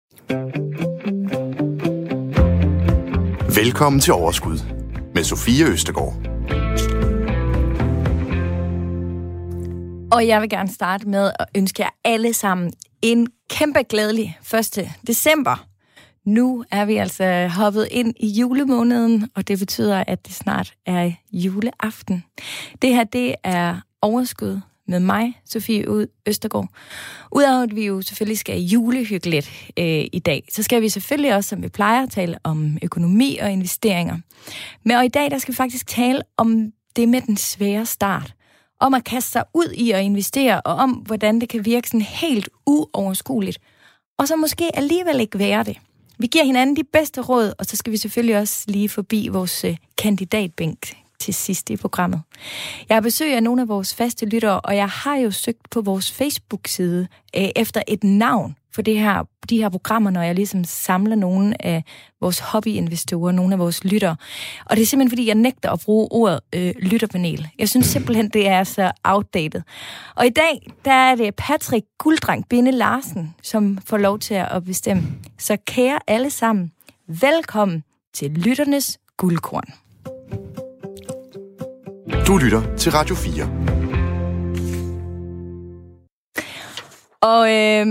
Velkommen til Overskud med Sofie Østergaard. Og jeg vil gerne starte med at ønske jer alle sammen en kæmpe glædelig 1. december. Nu er vi altså hoppet ind i julemåneden, og det betyder, at det snart er juleaften. Det her, det er Overskud med mig, Sofie Østergaard. Udover at vi jo selvfølgelig skal julehygge lidt i dag, så skal vi selvfølgelig også, som vi plejer, tale om økonomi og investeringer. Men og i dag, der skal vi faktisk tale om det med den svære start. Om at kaste sig ud i at investere, og om hvordan det kan virke sådan helt uoverskueligt. Og så måske alligevel ikke være det. Vi giver hinanden de bedste råd, og så skal vi selvfølgelig også lige forbi vores kandidatbænk til sidst i programmet. Jeg har besøg af nogle af vores faste lyttere, og jeg har jo søgt på vores Facebook-side efter et navn for de her programmer, når jeg ligesom samler nogle af vores hobbyinvestorer, nogle af vores lyttere. Og det er simpelthen, fordi jeg nægter at bruge ordet lytterpanel. Jeg synes simpelthen, det er så outdated. Og i dag, der er det Patrick Gulddreng Binde Larsen, som får lov til at bestemme. Så kære alle sammen, velkommen til Lytternes Guldkorn. Du lytter til Radio 4. Og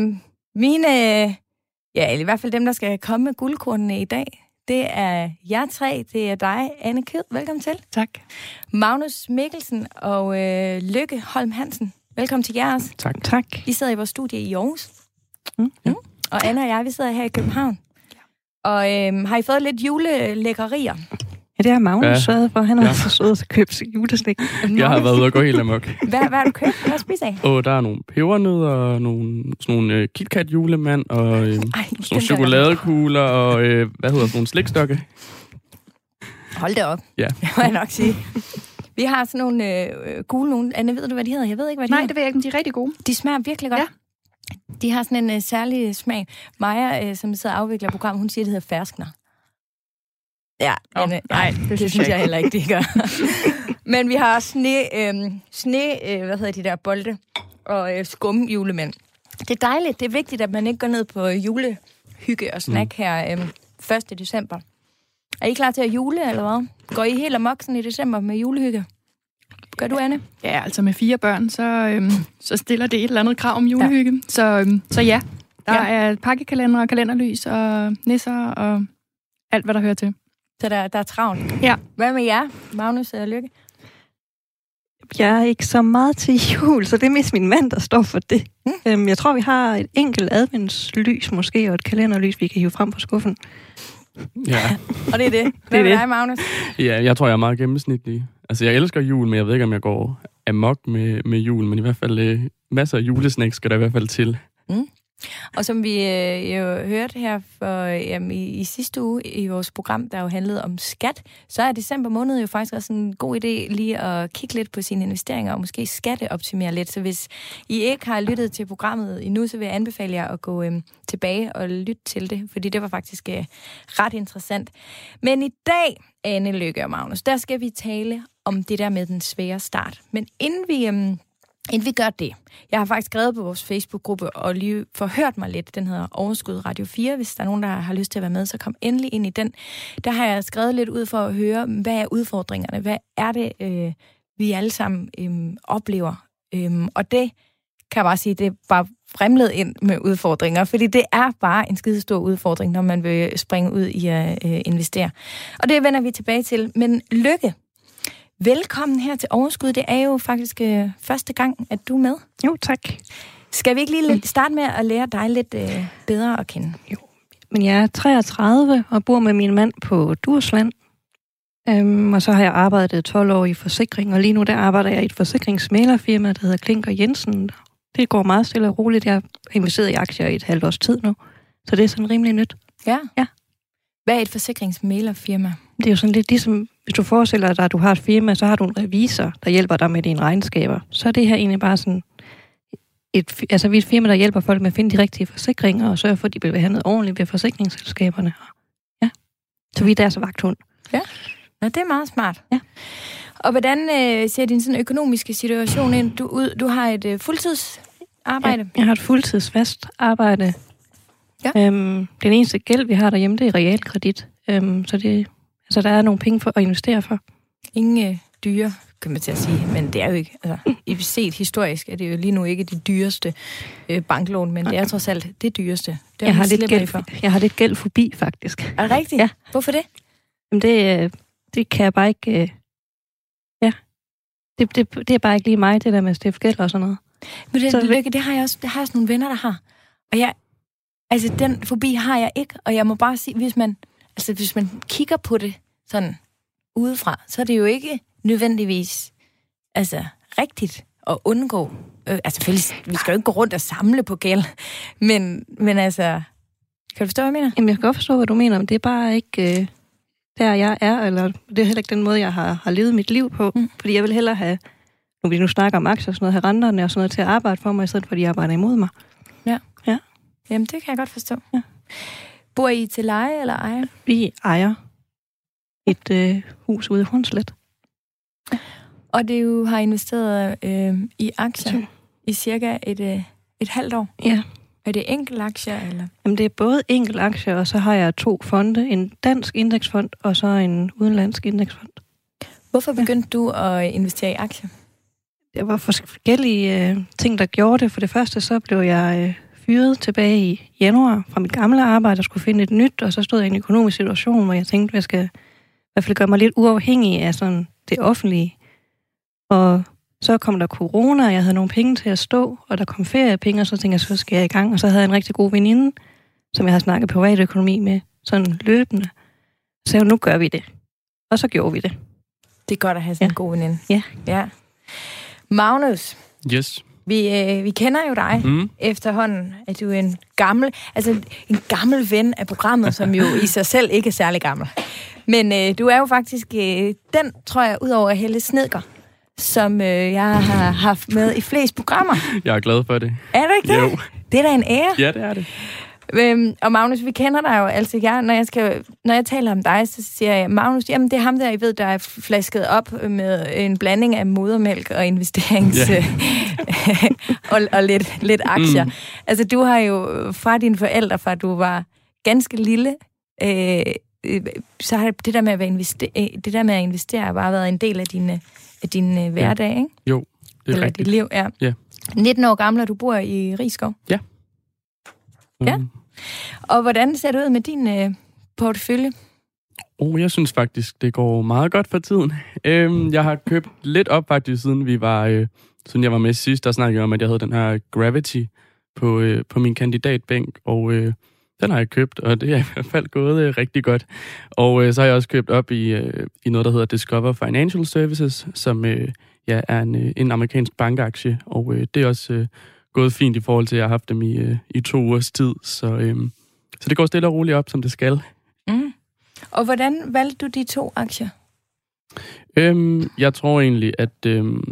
i hvert fald dem, der skal komme med guldkornene i dag, det er jer tre. Det er dig, Anne Kyd. Velkommen til. Tak. Magnus Mikkelsen og Lykke Holm Hansen. Velkommen til jer også. Tak. Vi sidder i vores studie i Aarhus. Og Anne og jeg, vi sidder her i København. Og har I fået lidt julelækkerier? Ja, det har Magnus sørget for. Han har så sød at købe juleslik. Jeg har været ude og gå helt amok. Hvad har du købt? Hvad spiser af? Der er nogle pebernødder, og nogle KitKat julemand, og nogle chokoladekugler, og nogle slikstokke. Hold da op. Ja. Det må jeg nok sige. Vi har sådan nogle gule nogle. Anne, ved du, hvad de hedder? Jeg ved ikke, hvad de hedder. Nej, det ved jeg ikke, de er rigtig gode. De smager virkelig godt. Ja. De har sådan en særlig smag. Maja, som sidder og afvikler programmet, hun siger, det hedder ferskner. Ja, nej, det synes jeg heller ikke, det gør. Men vi har de der bolde og skumjulemænd. Det er dejligt, det er vigtigt, at man ikke går ned på julehygge og snack her 1. december. Er I klar til at jule, eller hvad? Går I helt amok sådan i december med julehygge? Gør du, Anne? Ja, altså med 4 børn, så stiller det et eller andet krav om julehygge. Ja. Så ja, der er pakkekalender og kalenderlys og nisser og alt, hvad der hører til. Så der er travlt. Ja. Hvad med jer, Magnus og Lykke? Jeg er ikke så meget til jul, så det er mest min mand, der står for det. Jeg tror, vi har et enkelt adventslys måske, og et kalenderlys, vi kan hive frem fra skuffen. Ja. Og det er det. Hvad med dig, Magnus? Ja, jeg tror, jeg er meget gennemsnitlig. Altså, jeg elsker jul, men jeg ved ikke, om jeg går amok med jul, men i hvert fald masser af julesnacks skal der i hvert fald til. Og som vi jo hørte her i sidste uge i vores program, der jo handlede om skat, så er december måned jo faktisk også en god idé lige at kigge lidt på sine investeringer og måske skatteoptimere lidt. Så hvis I ikke har lyttet til programmet endnu, så vil jeg anbefale jer at gå tilbage og lytte til det, fordi det var faktisk ret interessant. Men i dag, Anne, Lykke og Magnus, der skal vi tale om det der med den svære start. Men inden vi gør det, jeg har faktisk skrevet på vores Facebook-gruppe og lige forhørt mig lidt. Den hedder Overskud Radio 4. Hvis der er nogen, der har lyst til at være med, så kom endelig ind i den. Der har jeg skrevet lidt ud for at høre, hvad er udfordringerne? Hvad er det, vi alle sammen oplever? Og det kan jeg bare sige, det er bare fremlet ind med udfordringer, fordi det er bare en skidestor udfordring, når man vil springe ud i at investere. Og det vender vi tilbage til. Men Lykke, velkommen her til Overskud. Det er jo faktisk første gang, at du er med. Jo, tak. Skal vi ikke lige starte med at lære dig lidt bedre at kende? Jo, men jeg er 33 og bor med min mand på Djursland. Og så har jeg arbejdet 12 år i forsikring, og lige nu der arbejder jeg i et forsikringsmæglerfirma, der hedder Klink & Jensen. Det går meget stille og roligt. Jeg har investeret i aktier i et halvt års tid nu, så det er sådan rimelig nyt. Ja. Hvad er et forsikringsmæglerfirma? Det er jo sådan lidt ligesom, hvis du forestiller dig, at du har et firma, så har du en revisor, der hjælper dig med dine regnskaber. Så er det her egentlig bare sådan vi er et firma, der hjælper folk med at finde de rigtige forsikringer, og sørge for, at de bliver behandlet ordentligt ved forsikringsselskaberne. Ja. Så vi er deres vagthund. Ja. Nå, det er meget smart. Ja. Og hvordan ser din sådan økonomiske situation ind? Du har et fuldtidsarbejde? Ja, jeg har et fuldtidsfast arbejde. Ja. Den eneste gæld, vi har derhjemme, det er realkredit. Så der er nogle penge for at investere for. Ingen dyre, kan man til at sige, men det er jo ikke, altså, set historisk er det jo lige nu ikke de dyreste banklån, men det er trods alt det dyreste. Det jeg har lidt gæld forbi, faktisk. Er det rigtigt? Ja. Hvorfor det? Jamen det kan jeg bare ikke... Det er bare ikke lige mig, det der med at stifte gæld og sådan noget. Men det har jeg også nogle venner, der har. Og altså den fobi har jeg ikke, og jeg må bare sige, hvis man kigger på det sådan udefra, så er det jo ikke nødvendigvis rigtigt at undgå. Vi skal jo ikke gå rundt og samle på gæld, men altså, kan du forstå, hvad jeg mener? Jamen, jeg kan godt forstå, hvad du mener, men det er bare ikke der, jeg er, eller det er heller ikke den måde, jeg har levet mit liv på, fordi jeg vil hellere have, når vi nu snakker om aktier og sådan noget, have renterne og sådan noget til at arbejde for mig, i stedet for, at de arbejder imod mig. Ja. Ja. Jamen, det kan jeg godt forstå. Ja. Bor I til leje eller ejer? Vi ejer et hus ude i Hornslet. Og det jo har investeret i aktier i cirka et halvt år? Ja. Er det enkelte aktier, eller? Jamen, det er både enkelte aktier, og så har jeg 2 fonde. En dansk indeksfond, og så en udenlandsk indeksfond. Hvorfor begyndte du at investere i aktier? Det var forskellige ting, der gjorde det. For det første, så blev jeg fyret tilbage i januar fra mit gamle arbejde og skulle finde et nyt, og så stod jeg i en økonomisk situation, hvor jeg tænkte, at jeg skal i hvert fald gøre mig lidt uafhængig af sådan det offentlige. Og så kom der corona, og jeg havde nogle penge til at stå, og der kom feriepenge, og så tænkte jeg, så skal jeg i gang. Og så havde jeg en rigtig god veninde, som jeg har snakket privatøkonomi med, sådan løbende. Så jeg nu gør vi det. Og så gjorde vi det. Det er godt at have sådan en god veninde. Ja. Magnus. Yes. Vi kender jo dig efterhånden, at du er en gammel ven af programmet, som jo i sig selv ikke er særlig gammel. Men du er jo faktisk den, tror jeg, ud over Helle Snedker, som jeg har haft med i flest programmer. Jeg er glad for det. Er du ikke det? Jo. Det er da en ære. Ja, det er det. Og Magnus, vi kender dig jo, altså når jeg taler om dig, så siger jeg, Magnus, jamen det er ham der, I ved, der er flasket op med en blanding af modermælk og investerings... og lidt aktier. Altså du har jo fra dine forældre, fra du var ganske lille, så har det der med at investere bare været en del af din hverdag, ikke? Jo, det er eller rigtigt. dit liv, ja. 19 år gammel, og du bor i Risskov. Ja. Ja. Og hvordan ser det ud med din portefølje? Jeg synes faktisk, det går meget godt for tiden. Jeg har købt lidt op faktisk, siden jeg var med sidst, der snakkede jeg om, at jeg havde den her Gravity på min kandidatbænk, og den har jeg købt, og det er i hvert fald gået rigtig godt. Og så har jeg også købt op i noget, der hedder Discover Financial Services, som er en amerikansk bankaktie, og det er også gået fint i forhold til, at jeg har haft dem i 2 ugers tid, så det går stille og roligt op, som det skal. Og hvordan valgte du de 2 aktier? Jeg tror egentlig, at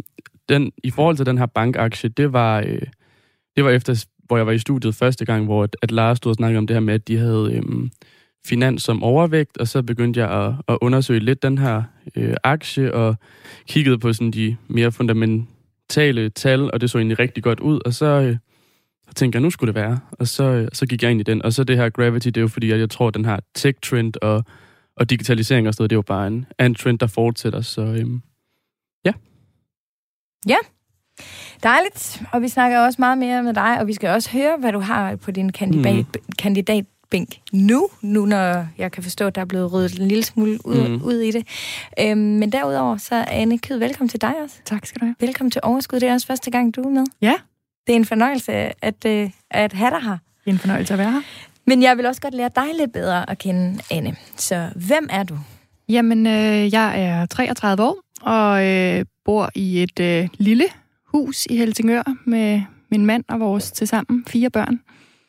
i forhold til den her bankaktie, det var efter, hvor jeg var i studiet første gang, hvor at Lars stod og snakkede om det her med, at de havde finans som overvægt, og så begyndte jeg at undersøge lidt den her aktie, og kiggede på sådan de mere fundamentale tal, og det så egentlig rigtig godt ud, og så tænkte jeg, nu skulle det være, og så gik jeg ind i den, og så det her Gravity, det er jo fordi, at jeg tror, at den her tech-trend og digitalisering og sådan noget, det er jo bare en trend, der fortsætter, så ja. Ja. Dejligt, og vi snakker også meget mere med dig, og vi skal også høre, hvad du har på din kandidatbænk nu, når jeg kan forstå, at der er blevet ryddet en lille smule ud i det. Men derudover, så Anne Kyd, velkommen til dig også. Tak skal du have. Velkommen til Overskud, det er også første gang, du er med. Ja. Det er en fornøjelse at have dig her. Det er en fornøjelse at være her. Men jeg vil også godt lære dig lidt bedre at kende, Anne. Så hvem er du? Jamen, jeg er 33 år og bor i et lille hus i Helsingør med min mand og vores tilsammen 4 børn.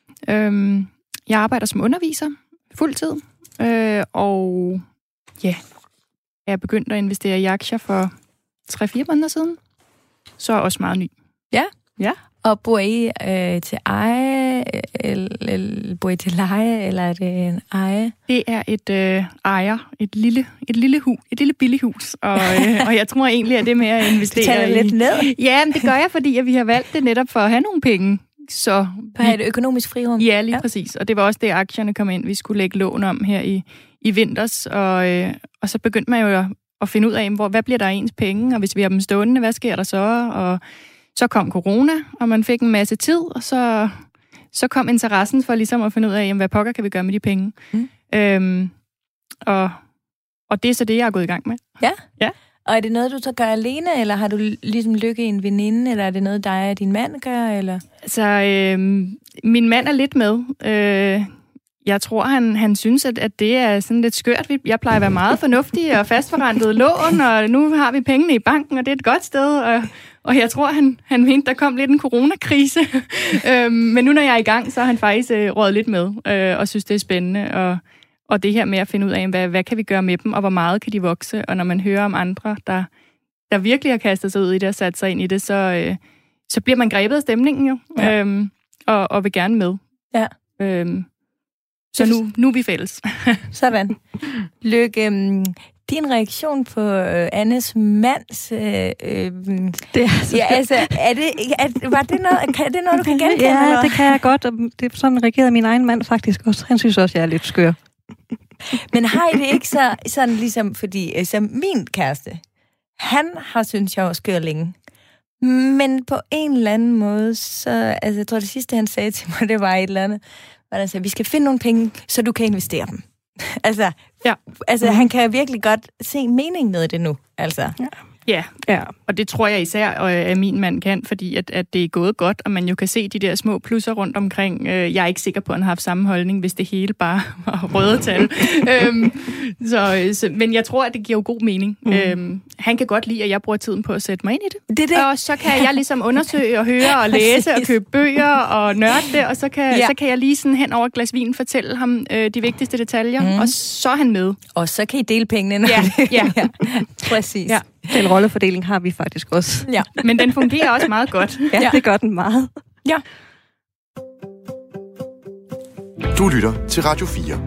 Jeg arbejder som underviser fuldtid, og ja, jeg er begyndt at investere i aktier for 3-4 måneder siden. Så er også meget ny. Ja? Ja. Og bor I til eje, eller bor I til leje, eller er det en eje? Det er et ejer, et lille billigt hus, og jeg tror egentlig, at det med at investere lidt ned? Ja, men det gør jeg, fordi at vi har valgt det netop for at have nogle penge Så på at have et økonomisk frirum. Ja, lige præcis. Og det var også det, aktierne kom ind. Vi skulle lægge lån om her i vinters, og så begyndte man jo at finde ud af, hvad bliver der af ens penge, og hvis vi har dem stående, hvad sker der så? Og så kom corona, og man fik en masse tid, og så kom interessen for ligesom at finde ud af, hvad pokker kan vi gøre med de penge. Og det er så det, jeg er gået i gang med. Ja. Og er det noget, du så gør alene, eller har du ligesom Lykke en veninde, eller er det noget, dig og din mand gør, eller? Så min mand er lidt med. Jeg tror, han synes, at det er sådan lidt skørt. Jeg plejer at være meget fornuftig og fastforrentet lån, og nu har vi pengene i banken, og det er et godt sted. Og jeg tror, han mente, der kom lidt en coronakrise. Men nu, når jeg er i gang, så har han faktisk rådet lidt med, og synes, det er spændende. Og det her med at finde ud af, hvad kan vi gøre med dem, og hvor meget kan de vokse. Og når man hører om andre, der virkelig har kastet sig ud i det og sat sig ind i det, så bliver man grebet af stemningen jo, og vil gerne med. Ja. Så nu er vi fælles. Sådan. Lykke, din reaktion på Annes mands... det er ja, altså, er det noget, du kan genkende? Ja, det kan jeg godt, og det er sådan reagerede min egen mand faktisk også. Han synes også, jeg er lidt skør. Men har I det ikke sådan ligesom, fordi altså, min kæreste, han har syntes, jeg var skør længe. Men på en eller anden måde, så... Altså, jeg tror, det sidste, han sagde til mig, det var et eller andet, hvor han sagde, vi skal finde nogle penge, så du kan investere dem. Altså, han kan virkelig godt se meningen med det nu. Altså. Ja, og det tror jeg især, at min mand kan, fordi at det er gået godt, og man jo kan se de der små plusser rundt omkring. Jeg er ikke sikker på, at han har haft samme holdning, hvis det hele bare var røde tal. Men jeg tror, at det giver jo god mening. Han kan godt lide, at jeg bruger tiden på at sætte mig ind i det. Det. Og så kan jeg ligesom undersøge og høre og læse og købe bøger og nørde det, og så kan jeg lige sådan hen over et glas vin fortælle ham de vigtigste detaljer, og så er han med. Og så kan I dele pengene. Ja. Præcis. Ja. Den rollefordeling har vi faktisk også. Ja. Men den fungerer også meget godt. Ja, det gør den meget. Ja. Du lytter til Radio 4.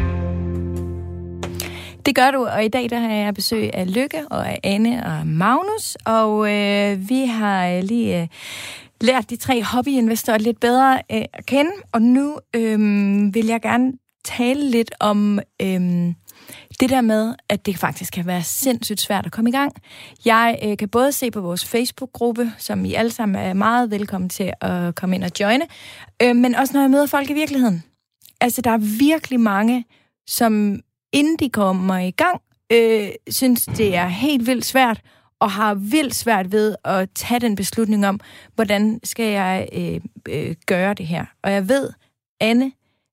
Det gør du, og i dag der har jeg besøg af Lykke og af Anne og Magnus, og vi har lige lært de 3 hobbyinvestorer lidt bedre at kende, og nu vil jeg gerne tale lidt om det der med, at det faktisk kan være sindssygt svært at komme i gang. Jeg kan både se på vores Facebook-gruppe, som I alle sammen er meget velkommen til at komme ind og joine, men også når jeg møder folk i virkeligheden. Altså, der er virkelig mange, som inden de kommer i gang, synes, det er helt vildt svært, og har vildt svært ved at tage den beslutning om, hvordan skal jeg gøre det her. Og jeg ved, Anne,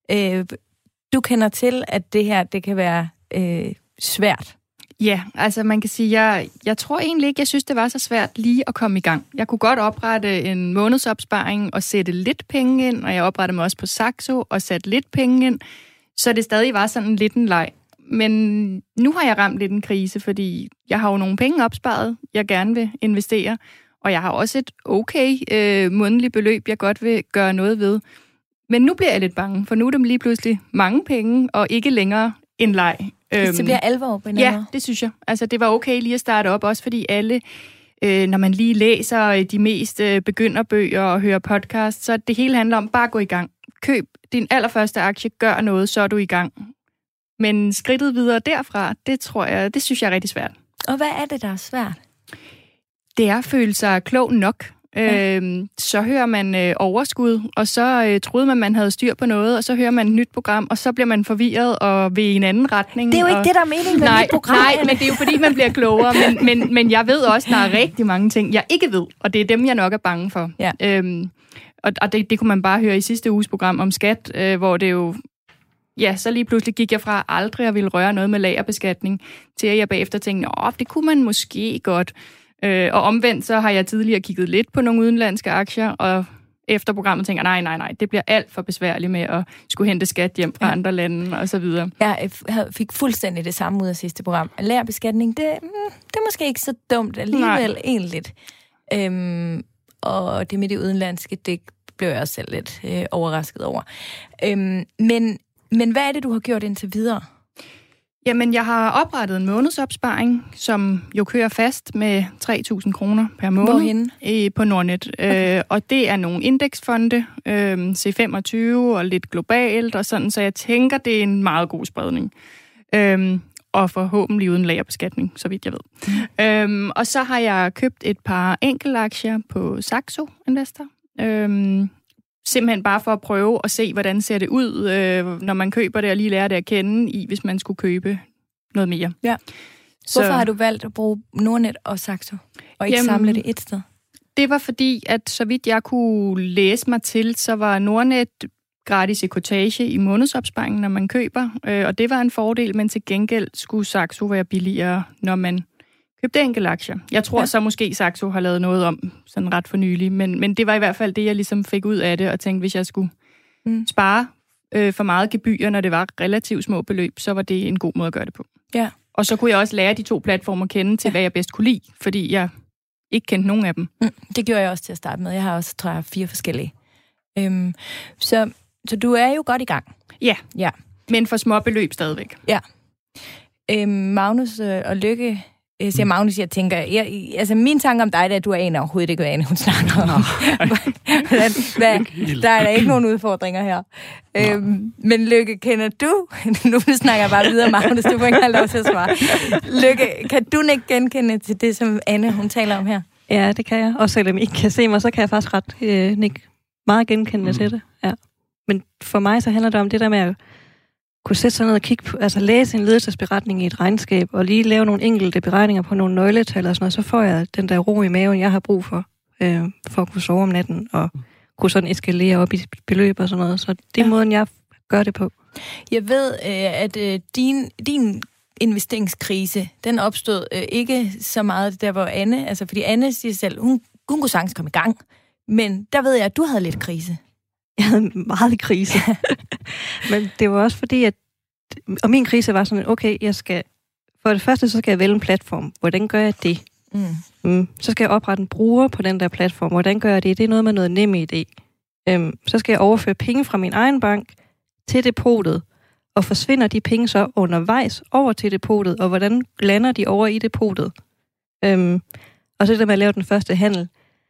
du kender til, at det her, det kan være svært. Ja, altså man kan sige, jeg tror egentlig ikke, jeg synes, det var så svært lige at komme i gang. Jeg kunne godt oprette en månedsopsparing og sætte lidt penge ind, og jeg oprettede mig også på Saxo og satte lidt penge ind, så det stadig var sådan lidt en leg. Men nu har jeg ramt lidt en krise, fordi jeg har jo nogle penge opsparet, jeg gerne vil investere, og jeg har også et okay månedligt beløb, jeg godt vil gøre noget ved. Men nu bliver jeg lidt bange, for nu er det lige pludselig mange penge, og ikke længere en leg. Det bliver alvor på en eller anden. Ja, det synes jeg. Altså, det var okay lige at starte op, også fordi alle, når man lige læser de mest begynderbøger og hører podcast, så det hele handler om bare at gå i gang. Køb din allerførste aktie, gør noget, så er du i gang. Men skridtet videre derfra, det synes jeg er rigtig svært. Og hvad er det, der er svært? Det er at føle sig klog nok. Ja. Så hører man overskud, og så troede man havde styr på noget, og så hører man et nyt program, og så bliver man forvirret og vil i en anden retning. Det er jo ikke det, der er meningen med mit program. Nej, men det er jo fordi, man bliver klogere. Men jeg ved også, der er rigtig mange ting, jeg ikke ved, og det er dem, jeg nok er bange for. Ja. Og det kunne man bare høre i sidste uges program om skat, hvor det jo... Ja, så lige pludselig gik jeg fra aldrig at ville røre noget med lagerbeskatning, til at jeg bagefter tænkte, det kunne man måske godt. Og omvendt, så har jeg tidligere kigget lidt på nogle udenlandske aktier, og efter programmet tænker nej, det bliver alt for besværligt med at skulle hente skat hjem fra andre lande, og så videre. Jeg fik fuldstændig det samme ud af sidste program. Lagerbeskatning, det er måske ikke så dumt alligevel egentlig. Og det med det udenlandske, det blev jeg også selv lidt overrasket over. Men hvad er det, du har gjort indtil videre? Jamen, jeg har oprettet en månedsopsparing, som jo kører fast med 3.000 kroner per måned. Hvorhenne? På Nordnet. Okay. Og det er nogle indeksfonde, C25 og lidt globalt og sådan, så jeg tænker, det er en meget god spredning. Og forhåbentlig uden lagerbeskatning, så vidt jeg ved. Og så har jeg købt et par enkeltaktier på Saxo Investor. Simpelthen bare for at prøve at se, hvordan ser det ud, når man køber det, og lige lære det at kende hvis man skulle købe noget mere. Ja. Hvorfor har du valgt at bruge Nordnet og Saxo, og ikke samle det et sted? Det var fordi, at så vidt jeg kunne læse mig til, så var Nordnet gratis ekkortage i månedsopsparingen, når man køber, og det var en fordel, men til gengæld skulle Saxo være billigere, når man købte enkeltaktier. Jeg tror så måske Saxo har lavet noget om sådan ret for nylig, men det var i hvert fald det, jeg ligesom fik ud af det, og tænkte, hvis jeg skulle spare for meget gebyr, når det var relativt små beløb, så var det en god måde at gøre det på. Ja. Og så kunne jeg også lære de to platformer at kende til, hvad jeg bedst kunne lide, fordi jeg ikke kendte nogen af dem. Det gjorde jeg også til at starte med. Jeg har også, tror jeg, 4 forskellige. Så du er jo godt i gang. Ja. Men for små beløb stadigvæk. Ja. Magnus og Lykke, siger Magnus, jeg tænker, altså min tanke om dig, er, at du aner overhovedet ikke, hvad hun snakker om. Der er der ikke nogen udfordringer her. Men Lykke, kender du? Nu snakker jeg bare videre, Magnus, du får ikke have lov til at svare. Lykke, kan du ikke genkende til det, som Anne, hun taler om her? Ja, det kan jeg. Og selvom I ikke kan se mig, så kan jeg faktisk ret meget genkende til det. Ja. Men for mig så handler det om det der med at kunne sætte sig ned og kigge på, altså læse en ledelsesberetning i et regnskab, og lige lave nogle enkelte beregninger på nogle nøgletal og sådan noget, så får jeg den der ro i maven, jeg har brug for at kunne sove om natten, og kunne sådan eskalere op i beløb og sådan noget. Så det er måden, jeg gør det på. Jeg ved, at din investeringskrise, den opstod ikke så meget der, hvor Anne, altså fordi Anne siger selv, hun kunne sagtens komme i gang, men der ved jeg, at du havde lidt krise. Jeg havde meget krise. Men det var også fordi, og min krise var sådan, okay, for det første, så skal jeg vælge en platform. Hvordan gør jeg det? Så skal jeg oprette en bruger på den der platform. Hvordan gør jeg det? Det er noget med noget NemID. Så skal jeg overføre penge fra min egen bank til depotet, og forsvinder de penge så undervejs over til depotet, og hvordan lander de over i depotet? Og så det der med at lave den første handel.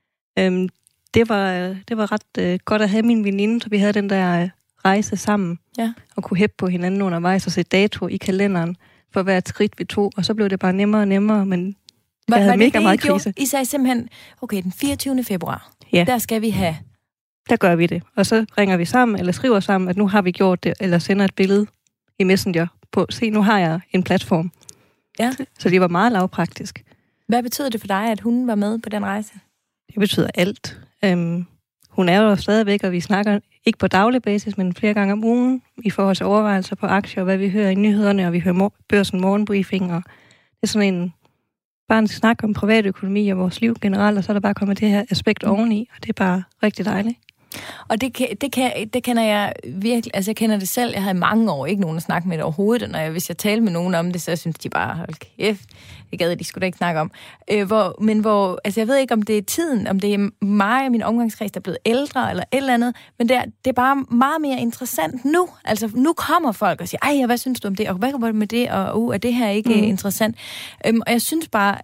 Det var ret godt at have min veninde, så vi havde den der rejse sammen, og kunne hæppe på hinanden undervejs og sætte dato i kalenderen for hvert skridt vi tog, og så blev det bare nemmere og nemmere, men jeg havde mega meget krise. I sagde simpelthen, okay, den 24. februar, ja. Der skal vi have... Der gør vi det, og så ringer vi sammen, eller skriver sammen, at nu har vi gjort det, eller sender et billede i Messenger på, se, nu har jeg en platform. Ja. Så det var meget lavpraktisk. Hvad betyder det for dig, at hun var med på den rejse? Det betyder alt. Hun er jo stadigvæk, og vi snakker ikke på daglig basis, men flere gange om ugen i forhold til overvejelser på aktier, og hvad vi hører i nyhederne, og vi hører Børsen morgenbriefing, og det er sådan bare en snak om privatøkonomi og vores liv generelt, og så er der bare kommet det her aspekt oveni, og det er bare rigtig dejligt. Og det kender jeg virkelig, altså jeg kender det selv, jeg havde mange år ikke nogen at snakke med det overhovedet, og hvis jeg talte med nogen om det, så synes de bare, hold kæft, det gad de skulle da ikke snakke om. Altså jeg ved ikke, om det er tiden, om det er mig og min omgangskreds, der er blevet ældre, eller et eller andet, men det er bare meget mere interessant nu. Altså nu kommer folk og siger, ej, hvad synes du om det, og hvad gør du med det, og er det her ikke interessant? Og jeg synes bare,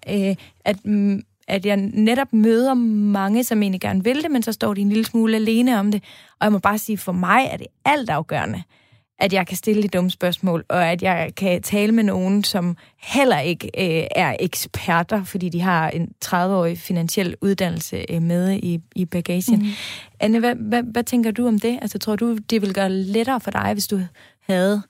at jeg netop møder mange, som egentlig gerne vil det, men så står de en lille smule alene om det. Og jeg må bare sige, for mig er det altafgørende, at jeg kan stille de dumme spørgsmål, og at jeg kan tale med nogen, som heller ikke er eksperter, fordi de har en 30-årig finansiel uddannelse med i bagagen. Anne, hvad tænker du om det? Altså, tror du, det ville gøre det lettere for dig, hvis du havde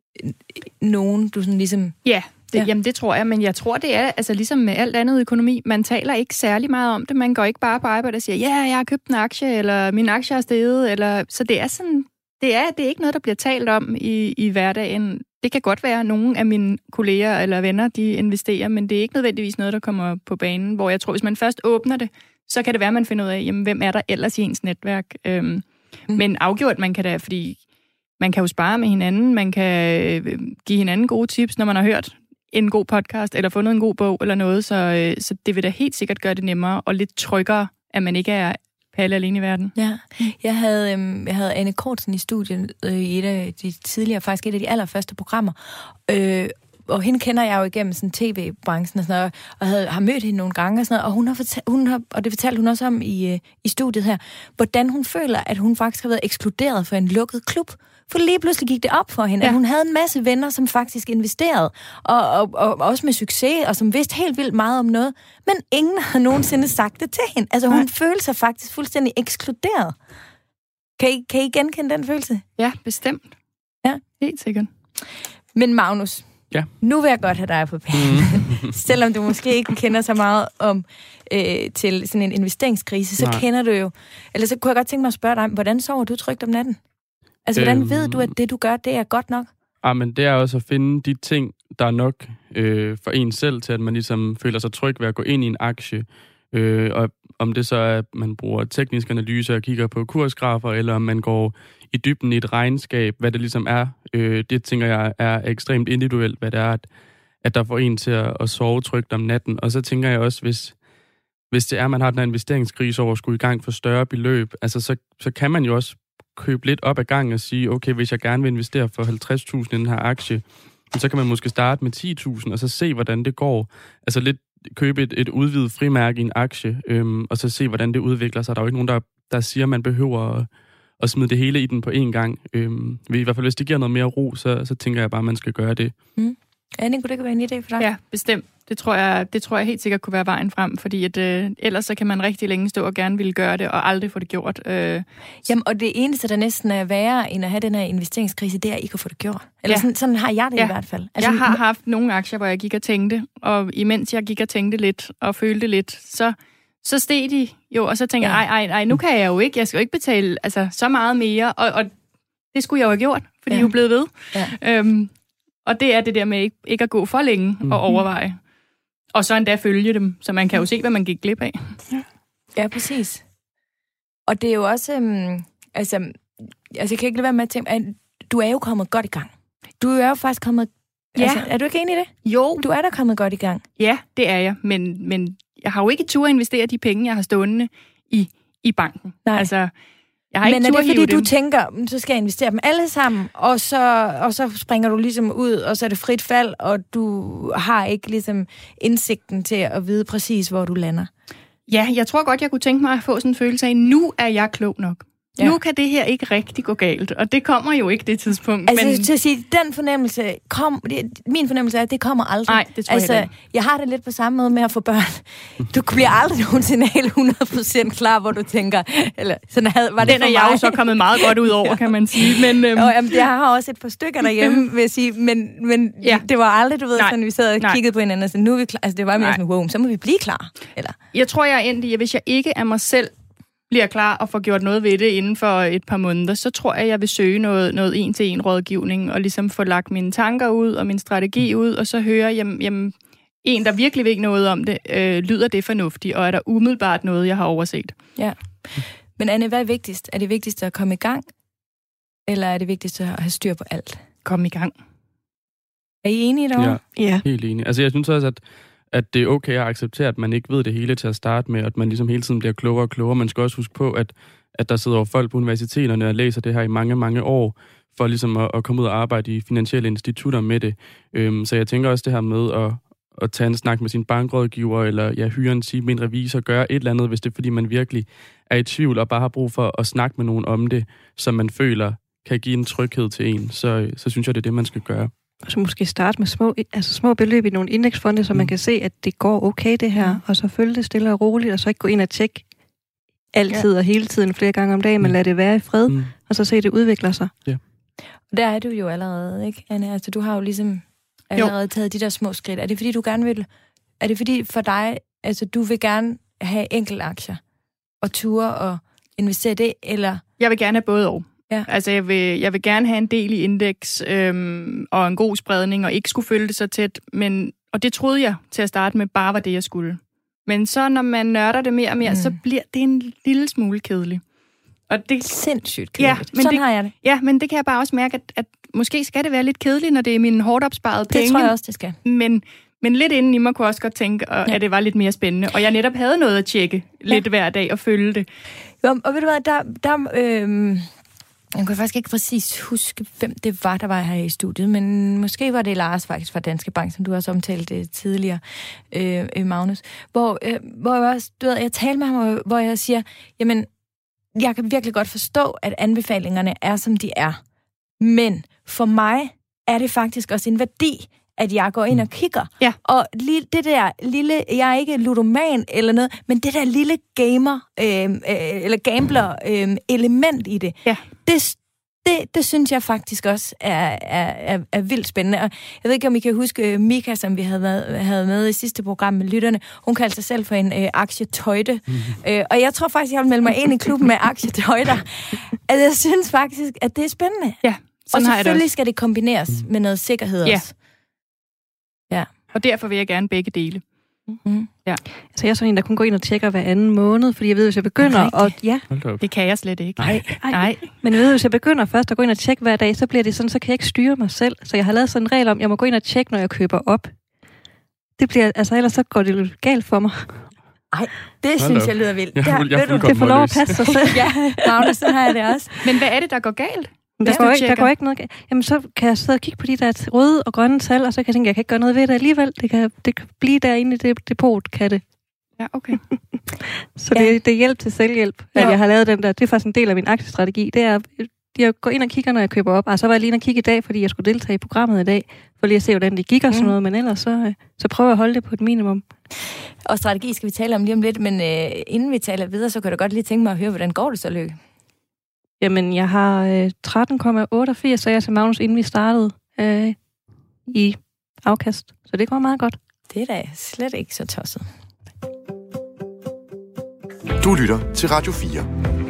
nogen, du sådan ligesom... Ja. Jamen, det tror jeg, men jeg tror, det er altså ligesom med alt andet økonomi. Man taler ikke særlig meget om det. Man går ikke bare på arbejde og siger, ja, jeg har købt en aktie, eller min aktie er steget, eller... Så det er sådan... Det er ikke noget, der bliver talt om i hverdagen. Det kan godt være, at nogle af mine kolleger eller venner, de investerer, men det er ikke nødvendigvis noget, der kommer på banen, hvor jeg tror, hvis man først åbner det, så kan det være, at man finder ud af, jamen, hvem er der ellers i ens netværk. Men afgjort, man kan da, fordi man kan jo spare med hinanden, man kan give hinanden gode tips, når man har hørt en god podcast, eller fundet en god bog, eller noget, så det vil da helt sikkert gøre det nemmere, og lidt tryggere, at man ikke er Palle alene i verden. Ja, jeg havde Anne Kortsen i studiet i et af de tidligere, faktisk et af de allerførste programmer, og hende kender jeg jo igennem sådan tv-branchen og sådan noget, og har mødt hende nogle gange og sådan noget, og og det fortalte hun også om i studiet her, hvordan hun føler, at hun faktisk har været ekskluderet for en lukket klub. For lige pludselig gik det op for hende, at hun havde en masse venner, som faktisk investerede, og også med succes, og som vidste helt vildt meget om noget, men ingen havde nogensinde sagt det til hende. Altså hun følte sig faktisk fuldstændig ekskluderet. Kan I genkende den følelse? Ja, bestemt. Ja. Helt sikkert. Men Magnus, nu vil jeg godt have dig på banen. Selvom du måske ikke kender så meget om til sådan en investeringskrise, så kender du jo, eller så kunne jeg godt tænke mig at spørge dig, hvordan sover du trygt om natten? Altså, hvordan ved du, at det, du gør, det er godt nok? Men det er også at finde de ting, der er nok for en selv, til at man ligesom føler sig tryg ved at gå ind i en aktie. Og om det så er, at man bruger teknisk analyse og kigger på kursgrafer, eller om man går i dybden i et regnskab, hvad det ligesom er. Det tænker jeg er ekstremt individuelt, hvad det er, at der får en til at sove trygt om natten. Og så tænker jeg også, hvis det er, at man har den her investeringskrise over at skulle i gang for større beløb, altså så kan man jo også købe lidt op ad gang og sige, okay, hvis jeg gerne vil investere for 50.000 i den her aktie, så kan man måske starte med 10.000, og så se, hvordan det går. Altså lidt købe et udvidet frimærke i en aktie, og så se, hvordan det udvikler sig. Der er jo ikke nogen, der siger, at man behøver at smide det hele i den på én gang. I hvert fald, hvis det giver noget mere ro, så tænker jeg bare, at man skal gøre det. Anne, kunne det være en idé for dig? Ja, bestemt. Det tror jeg helt sikkert kunne være vejen frem, fordi at, ellers så kan man rigtig længe stå og gerne ville gøre det, og aldrig få det gjort. Jamen, og det eneste, der næsten er værre end at have den her investeringskrise, det er, at I ikke har fået det gjort. Eller sådan har jeg det i hvert fald. Altså, jeg har haft nogle aktier, hvor jeg gik og tænkte, og imens jeg gik og tænkte lidt, og følte lidt, så steg de jo, og så tænkte jeg, ej, nu kan jeg jo ikke, jeg skal jo ikke betale så meget mere, og det skulle jeg jo have gjort, fordi jeg er blevet ved. Ja. Og det er det der med ikke at gå for længe og overveje. Og så endda følge dem, så man kan jo se, hvad man gik glip af. Ja, præcis. Og det er jo også, altså jeg kan ikke lade være med at tænke, at du er jo kommet godt i gang. Du er jo faktisk kommet, altså, er du ikke enig i det? Jo. Du er da kommet godt i gang. Ja, det er jeg, men jeg har jo ikke tur at investere de penge, jeg har stående i banken. Nej. Altså, jeg har ikke tur at hive dem. Men er det fordi, du tænker, så skal jeg investere dem alle sammen, og så springer du ligesom ud, og så er det frit fald, og du har ikke ligesom indsigten til at vide præcis, hvor du lander? Ja, jeg tror godt, jeg kunne tænke mig at få sådan en følelse af, nu er jeg klog nok. Ja. Nu kan det her ikke rigtig gå galt, og det kommer jo ikke det tidspunkt. Altså, men til at sige, den fornemmelse, min fornemmelse er, at det kommer aldrig. Nej, det tror jeg ikke. Jeg har det lidt på samme måde med at få børn. Du bliver aldrig nogensinde helt 100% klar, hvor du tænker, eller sådan var det. Den er jeg jo så kommet meget godt ud over, kan man sige. Men, jamen, jeg har også et par stykker derhjemme, vil jeg sige, men det var aldrig, du ved, sådan vi sad og kiggede på hinanden, og så nu er vi klar. Altså, det var mere sådan, wow, så må vi blive klar. Eller? Jeg tror, jeg er endt i, at hvis jeg ikke er mig selv, bliver klar og får gjort noget ved det inden for et par måneder, så tror jeg vil søge noget en-til-en rådgivning, og ligesom få lagt mine tanker ud og min strategi ud, og så høre, jamen en, der virkelig ved noget om det, lyder det fornuftigt, og er der umiddelbart noget, jeg har overset? Ja. Men Anne, hvad er vigtigst? Er det vigtigst at komme i gang, eller er det vigtigst at have styr på alt? Kom i gang. Er I enige derovre? Ja, helt enig. Altså jeg synes også, at det er okay at acceptere, at man ikke ved det hele til at starte med, at man ligesom hele tiden bliver klogere og klogere. Man skal også huske på, at der sidder folk på universiteterne og læser det her i mange, mange år, for ligesom at komme ud og arbejde i finansielle institutter med det. Så jeg tænker også det her med at tage en snak med sin bankrådgiver, eller hyre en time med en revisor, gøre et eller andet, hvis det er, fordi man virkelig er i tvivl, og bare har brug for at snakke med nogen om det, som man føler kan give en tryghed til en. Så synes jeg, det er det, man skal gøre. Og så måske starte med små beløb i nogle indeksfonde, så man kan se, at det går okay det her, og så følge det stille og roligt, og så ikke gå ind og tjekke altid og hele tiden flere gange om dagen, men lad det være i fred, og så se, det udvikler sig. Ja. Og der er du jo allerede, ikke, Anne? Altså, du har jo ligesom allerede taget de der små skridt. Er det fordi, du gerne vil... Er det fordi for dig, altså, du vil gerne have enkelte aktier og ture og investere det, eller... Jeg vil gerne have både og. Ja. Altså, jeg vil gerne have en del i indeks og en god spredning, og ikke skulle følge det så tæt. Og det troede jeg til at starte med bare var det, jeg skulle. Men så, når man nørder det mere og mere, så bliver det en lille smule kedeligt. Og det sindssygt kedeligt. Ja, men sådan har jeg det. Ja, men det kan jeg bare også mærke, at måske skal det være lidt kedeligt, når det er mine hårdt opsparede penge. Det tror jeg også, det skal. Men lidt inden i mig kunne også godt tænke, at det var lidt mere spændende. Og jeg netop havde noget at tjekke lidt hver dag og følge det. Jo, og ved du hvad, Jeg kan faktisk ikke præcis huske, hvem det var, der var her i studiet, men måske var det Lars faktisk fra Danske Bank, som du også omtalte tidligere, Magnus, hvor jeg talte med ham, hvor jeg siger, jamen, jeg kan virkelig godt forstå, at anbefalingerne er, som de er. Men for mig er det faktisk også en værdi, at jeg går ind og kigger. Ja. Og det der lille, jeg er ikke ludoman eller noget, men det der lille gamer, eller gambler element i det, det synes jeg faktisk også er vildt spændende. Og jeg ved ikke, om I kan huske Mika, som vi havde med i sidste program med lytterne. Hun kaldte sig selv for en aktietøjte. Og jeg tror faktisk, jeg vil melde mig ind i klubben med aktietøjter. Altså, jeg synes faktisk, at det er spændende. Ja, og selvfølgelig skal det kombineres med noget sikkerhed også. Ja. Og derfor vil jeg gerne begge dele. Mm-hmm. Ja. Så jeg er sådan en, der kun går ind og tjekker hver anden måned, fordi jeg ved, hvis jeg begynder... Det kan jeg slet ikke. Nej. Men jeg ved, hvis jeg begynder først at gå ind og tjekke hver dag, så bliver det sådan, så kan jeg ikke styre mig selv. Så jeg har lavet sådan en regel om, at jeg må gå ind og tjekke, når jeg køber op. Det bliver, altså ellers så går det lidt galt for mig. Ej, det synes jeg lyder vildt. Det får lov at passe sig selv. Ja, Magnus, sådan har jeg det også. Men hvad er det, der går galt? Der går ikke noget. Jamen, så kan jeg sidde og kigge på de der røde og grønne tal, og så kan jeg tænke, jeg kan ikke gøre noget ved det alligevel. Det kan blive derinde i det depot, kan det. Ja, okay. Så det er hjælp til selvhjælp, at jeg har lavet den der. Det er faktisk en del af min aktiestrategi. Det er, jeg går ind og kigger, når jeg køber op. Og så var jeg lige inde og kigge i dag, fordi jeg skulle deltage i programmet i dag, for lige at se, hvordan det gik og sådan noget. Men ellers så prøver jeg at holde det på et minimum. Og strategi skal vi tale om lige om lidt, men inden vi taler videre, så kan du godt lige tænke mig at høre, hvordan går det så, Lykke? Jamen, jeg har 13,88, så jeg til Magnus, inden vi startede i afkast. Så det går meget godt. Det er da slet ikke så tosset. Du lytter til Radio 4.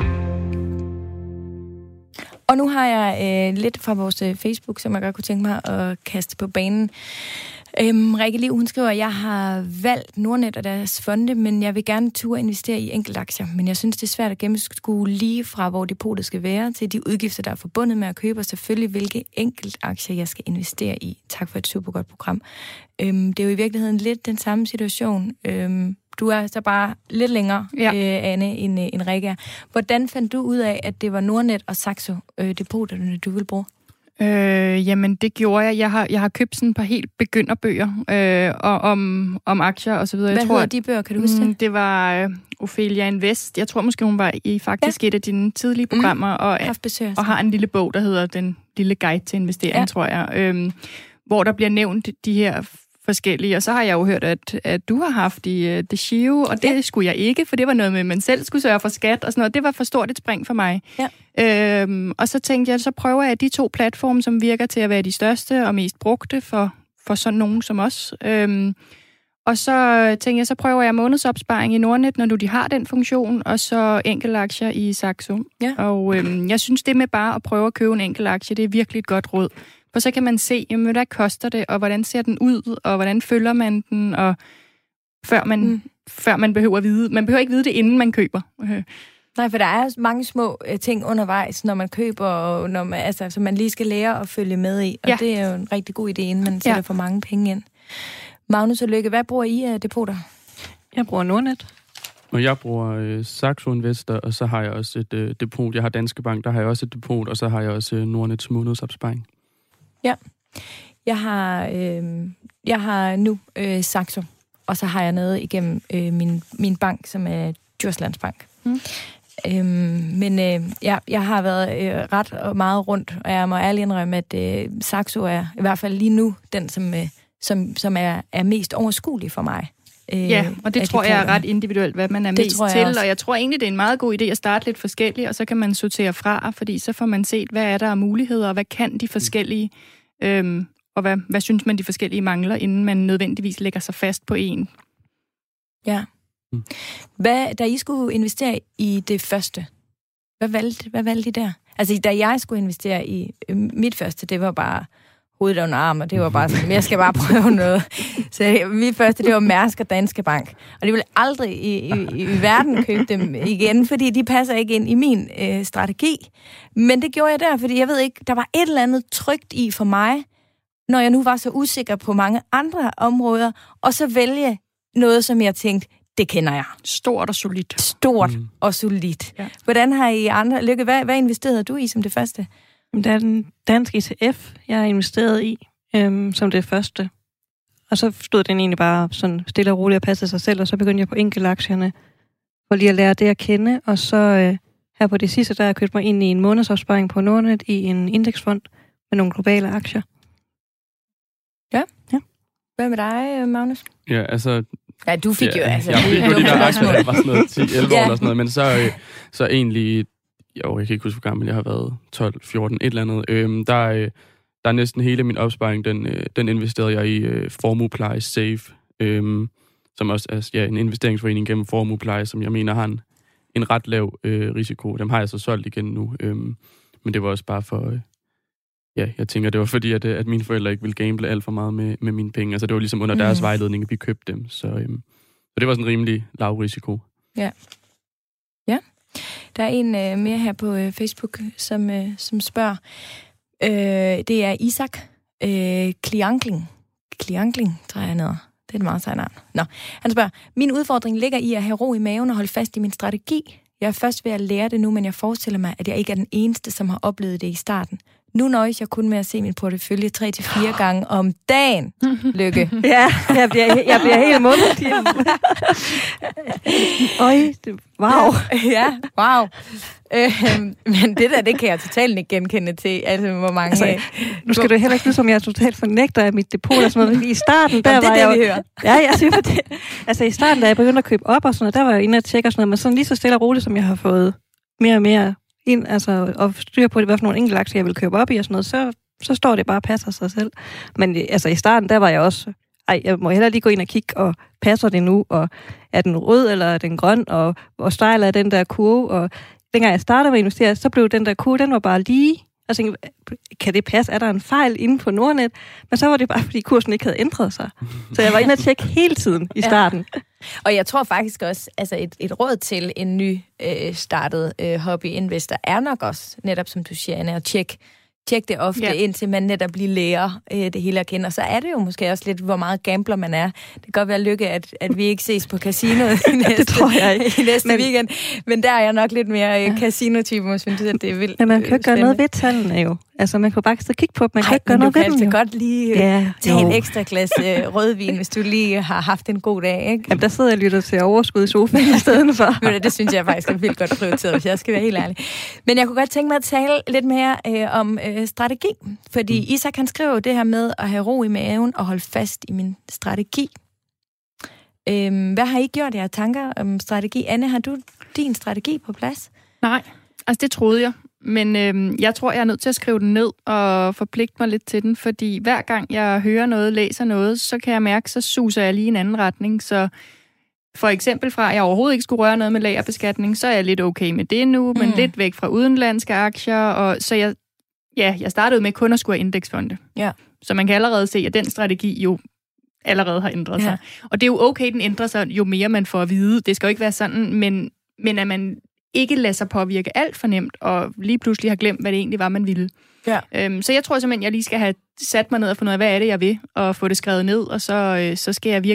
Og nu har jeg lidt fra vores Facebook, som jeg godt kunne tænke mig at kaste på banen. Rikke Liv, hun skriver, at jeg har valgt Nordnet og deres fonde, men jeg vil gerne turde investere i enkeltaktier. Men jeg synes, det er svært at gennemskue lige fra, hvor depotet skal være, til de udgifter, der er forbundet med at købe, og selvfølgelig, hvilke enkeltaktier jeg skal investere i. Tak for et super godt program. Det er jo i virkeligheden lidt den samme situation. Du er så bare lidt længere, Anne, end Rikke er. Hvordan fandt du ud af, at det var Nordnet og Saxo depoterne, du ville bruge? Jamen, det gjorde jeg. Jeg har købt sådan et par helt begynderbøger om aktier og så videre. Hvad hedder de bøger, kan du huske det? Det var Ophelia Invest. Jeg tror måske, hun var i faktisk et af dine tidlige programmer, og har en lille bog, der hedder Den lille guide til investering, tror jeg. Hvor der bliver nævnt de her forskellige, og så har jeg jo hørt, at du har haft i The Shio, og det skulle jeg ikke, for det var noget med, at man selv skulle sørge for skat og sådan noget. Det var for stort et spring for mig. Ja. Og så tænkte jeg, så prøver jeg de 2 platforme, som virker til at være de største og mest brugte for sådan nogen som os. Og så tænkte jeg, så prøver jeg månedsopsparing i Nordnet, når de har den funktion, og så enkeltaktier i Saxo. Ja. Og jeg synes, det med bare at prøve at købe en enkeltaktie, det er virkelig et godt råd. For så kan man se, jamen, hvad koster det, og hvordan ser den ud, og hvordan følger man den, og før man behøver at vide. Man behøver ikke vide det, inden man køber. Nej, for der er mange små ting undervejs, når man køber, og når man, så man lige skal lære at følge med i. Og det er jo en rigtig god idé, inden man sætter for mange penge ind. Magnus og Lykke, hvad bruger I af depoter? Jeg bruger Nordnet. Og jeg bruger Saxo Investor, og så har jeg også et depot. Jeg har Danske Bank, der har jeg også et depot, og så har jeg også Nordnets månedsopsparing. Ja. Jeg har nu Saxo, og så har jeg noget igennem min bank, som er Djurslands Bank. Men jeg har været ret meget rundt, og jeg må ærligt indrømme, at Saxo er i hvert fald lige nu den, som er mest overskuelig for mig. Ja, og det tror jeg er ret individuelt, hvad man er mest til, og jeg tror egentlig, det er en meget god idé at starte lidt forskelligt, og så kan man sortere fra, fordi så får man set, hvad er der af muligheder, og hvad kan de forskellige, og hvad synes man de forskellige mangler, inden man nødvendigvis lægger sig fast på en. Ja. Da I skulle investere i det første, hvad valgte I der? Altså, da jeg skulle investere i mit første, det var bare hovedet under arm, og det var bare sådan, jeg skal bare prøve noget. Så mit første, det var Mærsk og Danske Bank. Og de ville aldrig i verden købe dem igen, fordi de passer ikke ind i min strategi. Men det gjorde jeg der, fordi jeg ved ikke, der var et eller andet trygt i for mig, når jeg nu var så usikker på mange andre områder, og så vælge noget, som jeg tænkte, det kender jeg. Stort og solidt. Stort og solidt. Ja. Hvordan har I andre... Lykke, hvad investerede du i som det første? Der er den danske ETF, jeg har investeret i som det første. Og så stod den egentlig bare sådan stille og roligt og passede sig selv, og så begyndte jeg på enkeltaktierne for lige at lære det at kende. Og så her på det sidste, der har jeg købt mig ind i en månedsopsparing på Nordnet i en indeksfond med nogle globale aktier. Ja. Hvad med dig, Magnus? Ja, altså... Ja, du fik jo altså... Jeg fik jo de der aktier, der var sådan noget 10-11 år eller sådan noget, men så egentlig... Jo, jeg kan ikke huske, hvor gammel jeg har været. 12, 14, et eller andet. Der er næsten hele min opsparing, den investerede jeg i Formupleje Safe, som også er en investeringsforening gennem Formupleje, som jeg mener har en ret lav risiko. Dem har jeg så solgt igen nu, men det var også bare for... jeg tænker, det var fordi, at mine forældre ikke ville gamble alt for meget med mine penge. Altså, det var ligesom under deres vejledning, at vi købte dem. Så det var sådan en rimelig lav risiko. Ja. Ja. Der er en mere her på Facebook, som spørger. Det er Isak Kliankling, tror jeg ned. Det er et meget sejt navn. Nå, han spørger, min udfordring ligger i at have ro i maven og holde fast i min strategi. Jeg er først ved at lære det nu, men jeg forestiller mig, at jeg ikke er den eneste, som har oplevet det i starten. Nu nøjes jeg kun med at se min portefølje 3-4 gange om dagen. Lykke. Ja, jeg bliver helt mundet. Wow. Ja, wow. Men det kan jeg totalt ikke genkende til. Altså, hvor mange... Altså, nu skal du heller ikke lyde som, jeg er totalt fornægter af mit depot og sådan noget. I starten, der det var jeg... Det vi hører. Ja, jeg synes, det. Altså, i starten, da jeg begyndte at købe op og sådan noget, der var jeg inde og tjekke og sådan noget, men sådan lige så stille og roligt, som jeg har fået mere og mere ind, altså, og styr på det, hvad for nogle enkelte aktier, jeg vil købe op i og sådan noget, så står det bare og passer sig selv. Men altså, i starten, der var jeg også... jeg må hellere lige gå ind og kigge, og passer det nu, og er den rød, eller er den grøn, og hvor stejl er den der kurve, og dengang jeg startede med at investere, så blev den der kurve, den var bare lige, og så tænkte, kan det passe, er der en fejl inde på Nordnet? Men så var det bare, fordi kursen ikke havde ændret sig. Så jeg var inde og tjekke hele tiden i starten. Ja. Og jeg tror faktisk også, altså et råd til en ny startet hobbyinvestor er nok også, netop som du siger, Anna, at tjekke det ofte, indtil man netop lige lærer det hele at kende. Og så er det jo måske også lidt, hvor meget gambler man er. Det kan godt være lykke, at vi ikke ses på casinoet det tror jeg ikke. i næste weekend. Men der er jeg nok lidt mere casino-type, og synes, at det er vildt. Men man kan jo ikke gøre noget ved tallene jo. Altså, man kan bare kigge på dem, man kan ikke gøre noget ved dem. Du kan godt lige tage en ekstra glas rødvin, hvis du lige har haft en god dag, ikke? Jamen, der sidder jeg og lytter til overskud i sofaen i stedet for. Det synes jeg faktisk er vildt godt prioriteret, hvis jeg skal være helt ærlig. Men jeg kunne godt tænke mig at tale lidt mere om strategi. Fordi Isak, han skriver jo det her med at have ro i maven og holde fast i min strategi. Hvad har I gjort jer tanker om strategi? Anne, har du din strategi på plads? Nej, altså det troede jeg. Men jeg tror, jeg er nødt til at skrive den ned og forpligte mig lidt til den, fordi hver gang jeg hører noget, læser noget, så kan jeg mærke, så suser jeg lige i en anden retning. Så for eksempel fra, at jeg overhovedet ikke skulle røre noget med lagerbeskatning, så er jeg lidt okay med det nu, men lidt væk fra udenlandske aktier. Og så jeg startede med kun at skulle have indeksfonde. Ja. Så man kan allerede se, at den strategi jo allerede har ændret sig. Og det er jo okay, den ændrer sig, jo mere man får at vide. Det skal jo ikke være sådan, men at man ikke lader sig påvirke alt for nemt, og lige pludselig har glemt, hvad det egentlig var, man ville. Ja. Så jeg tror simpelthen, jeg lige skal have sat mig ned og fundet ud af, hvad er det, jeg vil, og få det skrevet ned, og så skal jeg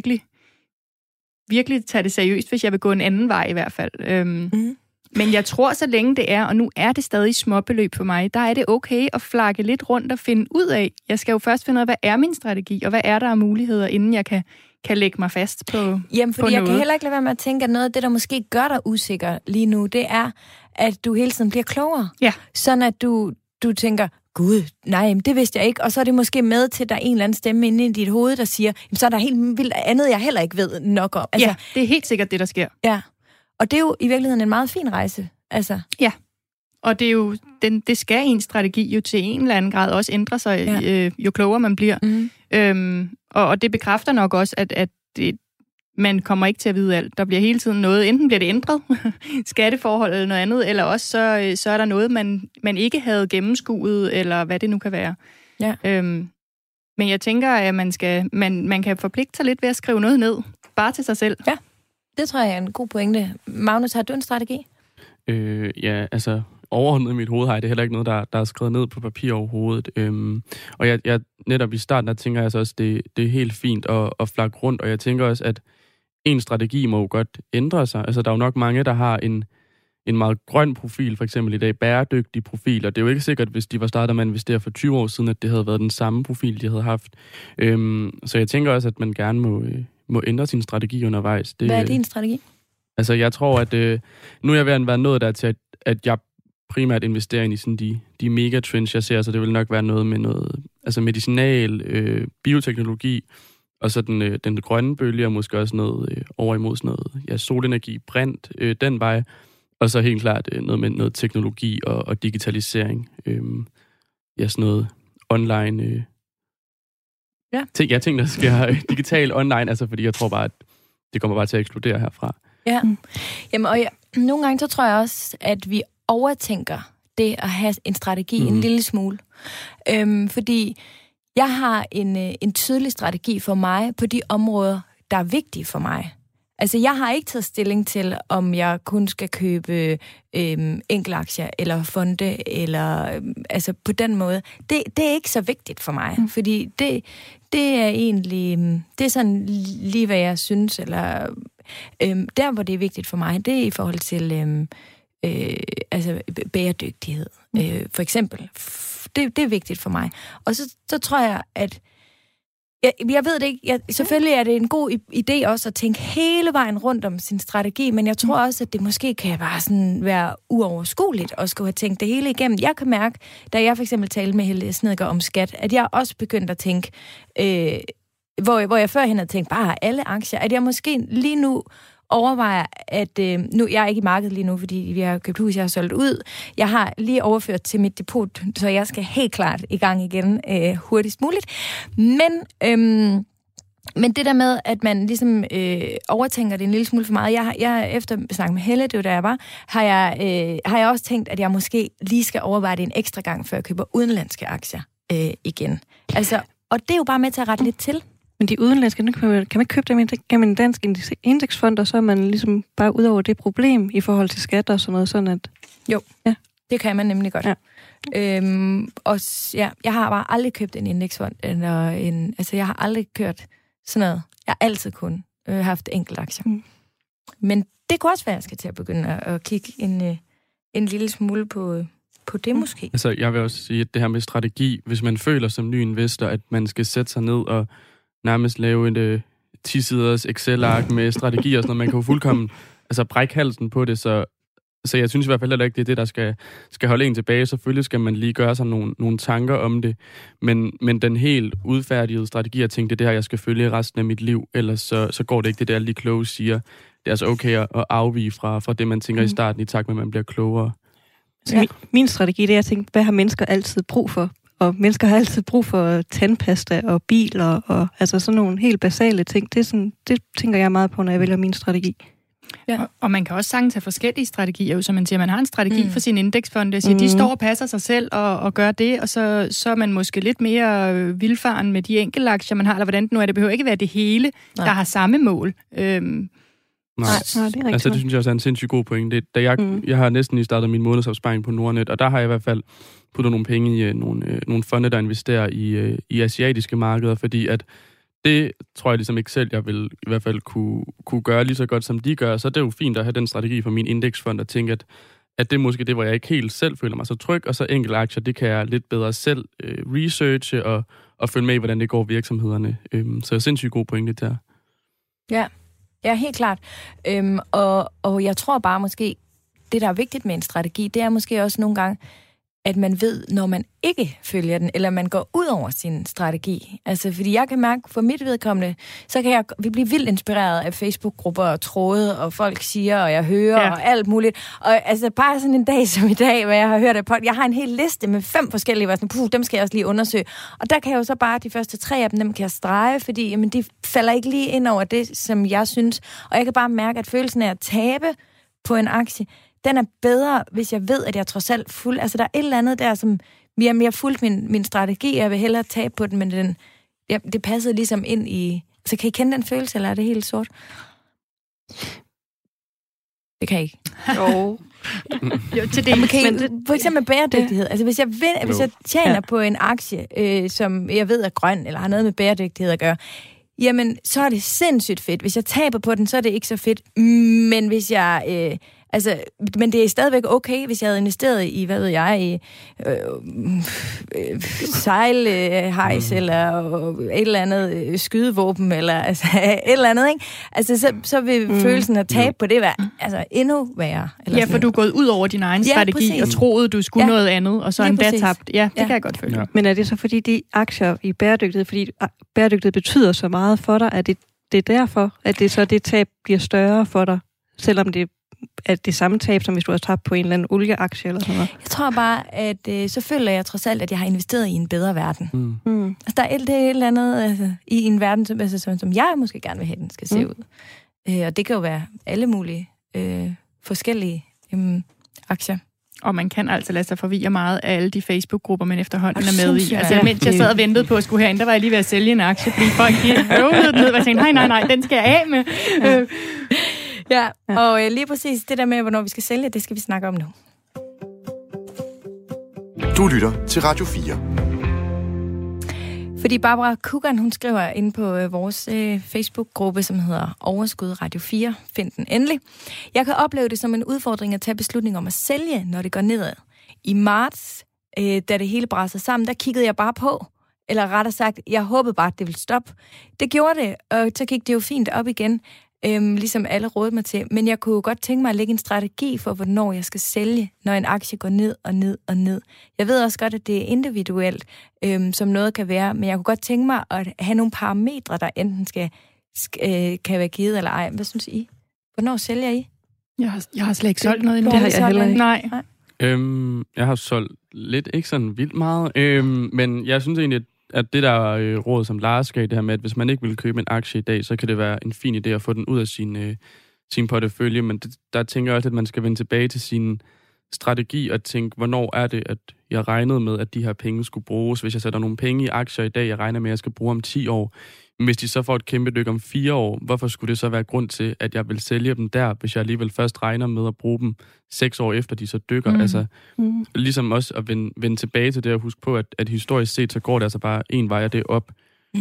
virkelig tage det seriøst, hvis jeg vil gå en anden vej i hvert fald. Men jeg tror, så længe det er, og nu er det stadig småbeløb for mig, der er det okay at flakke lidt rundt og finde ud af. Jeg skal jo først finde ud af, hvad er min strategi, og hvad er der af muligheder, inden jeg kan lægge mig fast på noget. Jamen, fordi jeg kan heller ikke lade være med at tænke, at noget af det, der måske gør dig usikker lige nu, det er, at du hele tiden bliver klogere. Ja. Sådan at du tænker, gud, nej, det vidste jeg ikke. Og så er det måske med til, at der er en eller anden stemme inde i dit hoved, der siger, jamen, så er der helt vildt andet, jeg heller ikke ved nok om. Altså, ja, det er helt sikkert det, der sker. Ja, og det er jo i virkeligheden en meget fin rejse. Altså. Ja, og det er jo, det skal en strategi jo til en eller anden grad også ændre sig, jo klogere man bliver. Og det bekræfter nok også, at man kommer ikke til at vide alt. Der bliver hele tiden noget, enten bliver det ændret, skatteforhold eller noget andet, eller også så er der noget, man ikke havde gennemskuet, eller hvad det nu kan være. Ja. Men jeg tænker, at man kan forpligte sig lidt ved at skrive noget ned, bare til sig selv. Ja, det tror jeg er en god pointe. Magnus, har du en strategi? Ja, altså overordnet i mit hoved har jeg det heller ikke noget, der er skrevet ned på papir overhovedet. Og jeg netop i starten, der tænker jeg så også, det er helt fint at flakke rundt, og jeg tænker også, at en strategi må jo godt ændre sig. Altså, der er jo nok mange, der har en meget grøn profil, for eksempel i dag, bæredygtig profil, og det er jo ikke sikkert, hvis de var startet med at investere for 20 år siden, at det havde været den samme profil, de havde haft. Så jeg tænker også, at man gerne må ændre sin strategi undervejs. Hvad er din strategi? Altså, jeg tror, at nu er jeg ved at være nået der til, at jeg primært investerer ind i sådan de megatrends, jeg ser, så det vil nok være noget med noget, altså medicinal, bioteknologi, og så den grønne bølge, og måske også noget over imod sådan noget, solenergi, brint, den vej, og så helt klart noget med noget teknologi og digitalisering. Sådan noget online ting, der sker digitalt online, altså fordi jeg tror bare, at det kommer bare til at eksplodere herfra. Ja, jamen, og nogle gange så tror jeg også, at vi overtænker det at have en strategi en lille smule. Fordi jeg har en tydelig strategi for mig på de områder, der er vigtige for mig. Altså, jeg har ikke taget stilling til, om jeg kun skal købe enkeltaktier eller fonde, eller altså på den måde. Det er ikke så vigtigt for mig, fordi det er egentlig, det er sådan lige, hvad jeg synes, eller der, hvor det er vigtigt for mig, det er i forhold til altså bæredygtighed, for eksempel. Det er vigtigt for mig. Og så tror jeg, at jeg ved det ikke. Selvfølgelig er det en god idé også at tænke hele vejen rundt om sin strategi, men jeg tror også, at det måske kan bare sådan være uoverskueligt at skulle have tænkt det hele igennem. Jeg kan mærke, da jeg for eksempel talte med Helle Snedgaard om skat, at jeg også begyndte at tænke, hvor jeg førhen havde tænkt bare alle aktier, at jeg måske lige nu overvejer, at nu jeg er ikke i markedet lige nu, fordi vi har købt hus, jeg har solgt ud. Jeg har lige overført til mit depot, så jeg skal helt klart i gang igen hurtigst muligt. Men det der med, at man ligesom overtænker det en lille smule for meget. Jeg efter at snakke med Helle, det var der jeg var, har jeg også tænkt, at jeg måske lige skal overveje det en ekstra gang, før jeg køber udenlandske aktier igen. Altså, og det er jo bare med til at rette lidt til. Men de udenlandske, kan man ikke købe dem gennem en dansk indeksfond, og så er man ligesom bare ud over det problem i forhold til skat og sådan noget, sådan at... Jo, ja. Det kan man nemlig godt. Ja. Jeg har bare aldrig købt en indeksfond, altså jeg har aldrig kørt sådan noget. Jeg har altid kun haft enkeltaktier. Men det kunne også være, at jeg skal til at begynde at kigge en lille smule på det måske. Altså, jeg vil også sige, at det her med strategi, hvis man føler som ny investor, at man skal sætte sig ned og nærmest lave et 10-siders Excel-ark med strategi og sådan noget. Man kan jo fuldkommen brække halsen på det, så jeg synes i hvert fald heller ikke, det er det, der skal holde en tilbage. Selvfølgelig skal man lige gøre sig nogle tanker om det, men den helt udfærdigede strategi, at tænke, det er det her, jeg skal følge resten af mit liv, ellers så går det ikke, det der lige kloge siger. Det er altså okay at afvige fra det, man tænker i starten, i takt med, at man bliver klogere. Ja. Min strategi, det er at tænke, hvad har mennesker altid brug for? Og mennesker har altid brug for tandpasta og biler, og altså sådan nogle helt basale ting. Det tænker jeg meget på, når jeg vælger min strategi. Ja. Og man kan også sagtens have forskellige strategier, så man siger, man har en strategi for sin indeksfond, der siger, de står og passer sig selv og gør det, og så er man måske lidt mere vildfaren med de enkelte aktier, man har, eller hvordan det nu er. Det behøver ikke være det hele, der har samme mål. Nej, det er rigtigt. Altså det synes jeg også er en sindssygt god pointe. Jeg har næsten lige startet min månedsopsparing på Nordnet, og der har jeg i hvert fald puttet nogle penge i nogle fonde, der investerer i asiatiske markeder, fordi at det tror jeg ligesom ikke selv, jeg vil i hvert fald kunne gøre lige så godt, som de gør. Så det er jo fint at have den strategi for min indeksfond, og tænke, at det er måske det, hvor jeg ikke helt selv føler mig så tryg, og så enkelte aktier, det kan jeg lidt bedre selv researche og følge med i, hvordan det går virksomhederne. Så er sindssygt god pointe der. Ja, helt klart. Og jeg tror bare måske, det der er vigtigt med en strategi, det er måske også nogle gange, at man ved, når man ikke følger den, eller man går ud over sin strategi. Altså, fordi jeg kan mærke, for mit vedkommende, så kan vi blive vildt inspireret af Facebook-grupper og tråde, og folk siger, og jeg hører, og alt muligt. Og altså, bare sådan en dag som i dag, hvor jeg har hørt jeg har en hel liste med 5 forskellige, hvor sådan, dem skal jeg også lige undersøge. Og der kan jeg jo så bare, de første 3 af dem kan jeg strege, fordi jamen, de falder ikke lige ind over det, som jeg synes. Og jeg kan bare mærke, at følelsen af at tabe på en aktie, den er bedre, hvis jeg ved, at jeg trods alt altså, der er et eller andet der, som... Jeg har fulgt min strategi, jeg vil hellere tabe på den, men det passede ligesom ind i... Så kan I kende den følelse, eller er det helt sort? Det kan I ikke. Jo, til det. For eksempel bæredygtighed. Altså, hvis jeg tjener på en aktie, som jeg ved er grøn, eller har noget med bæredygtighed at gøre, jamen, så er det sindssygt fedt. Hvis jeg taber på den, så er det ikke så fedt. Men hvis jeg... men det er stadigvæk okay, hvis jeg havde investeret i, hvad ved jeg, i sejlhejs eller et eller andet skydevåben, eller altså, et eller andet, ikke? Altså, så vil følelsen af tab på det være endnu værre. Eller ja, for du er gået ud over din egen strategi, præcis. Og troede, du skulle noget andet, og så endda tabt. Ja, det kan jeg godt følge. Ja. Men er det så fordi de aktier i bæredygtighed, fordi bæredygtighed betyder så meget for dig, at det er derfor, at det så det tab bliver større for dig, selvom det at det samme tab, som hvis du har tabt på en eller anden olieaktie eller sådan noget? Jeg tror bare, at så føler jeg trods alt, at jeg har investeret i en bedre verden. Altså, der er et eller andet i en verden, som jeg måske gerne vil have, den skal se ud. Og det kan jo være alle mulige forskellige aktier. Og man kan altså lade sig forvirre meget af alle de Facebook-grupper, man efterhånden er med i. Altså, mens jeg sad og ventede på at skulle herind, der var jeg lige ved at sælge en aktie, fordi folk høvlede ned, og jeg tænkte, nej, den skal jeg af med. Ja, og lige præcis det der med, hvornår vi skal sælge, det skal vi snakke om nu. Du lytter til Radio 4. Fordi Barbara Kugan, hun skriver inde på vores Facebook-gruppe, som hedder Overskud Radio 4. Find den endelig. Jeg kan opleve det som en udfordring at tage beslutning om at sælge, når det går nedad. I marts, da det hele brassede sammen, der kiggede jeg bare på. Eller rettere sagt, jeg håbede bare, at det ville stoppe. Det gjorde det, og så gik det jo fint op igen. Ligesom alle rådede mig til. Men jeg kunne godt tænke mig at lægge en strategi for, hvornår jeg skal sælge, når en aktie går ned og ned og ned. Jeg ved også godt, at det er individuelt, som noget kan være, men jeg kunne godt tænke mig at have nogle parametre, der enten kan være givet eller ej. Hvad synes I? Hvornår sælger I? Jeg har slet ikke solgt noget endnu. Det har jeg heller ikke. Nej. Jeg har solgt lidt, ikke sådan vildt meget, men jeg synes egentlig, at det der råd, som Lars gav, det her med, at hvis man ikke vil købe en aktie i dag, så kan det være en fin idé at få den ud af sin portefølje, men der tænker jeg også, at man skal vende tilbage til sin strategi og tænke, hvornår er det, at jeg regnede med, at de her penge skulle bruges. Hvis jeg sætter nogle penge i aktier i dag, jeg regner med, at jeg skal bruge om 10 år. Men hvis de så får et kæmpe dyk om 4 år, hvorfor skulle det så være grund til, at jeg vil sælge dem der, hvis jeg alligevel først regner med at bruge dem 6 år efter, de så dykker? Altså, ligesom også at vende tilbage til det og huske på, at historisk set, så går det altså bare en vej, og det er op.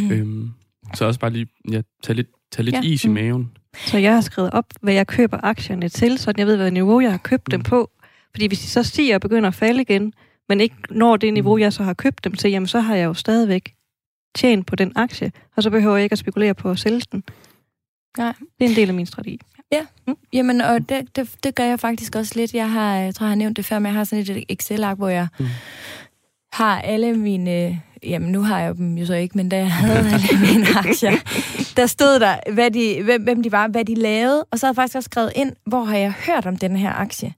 Så også bare lige tage lidt is i maven. Så jeg har skrevet op, hvad jeg køber aktierne til, så jeg ved, hvad niveau jeg har købt dem på. Fordi hvis de så stiger og begynder at falde igen, men ikke når det niveau, jeg så har købt dem til, jamen så har jeg jo stadigvæk tjent på den aktie, og så behøver jeg ikke at spekulere på at sælge den. Nej. Det er en del af min strategi. Ja, jamen, og det gør jeg faktisk også lidt. Jeg tror, jeg har nævnt det før, men jeg har sådan et Excel-ark, hvor jeg har alle mine... Jamen, nu har jeg dem jo så ikke, men da jeg havde alle mine aktier, der stod der, hvem de var, hvad de lavede, og så havde jeg faktisk også skrevet ind, hvor har jeg hørt om den her aktie,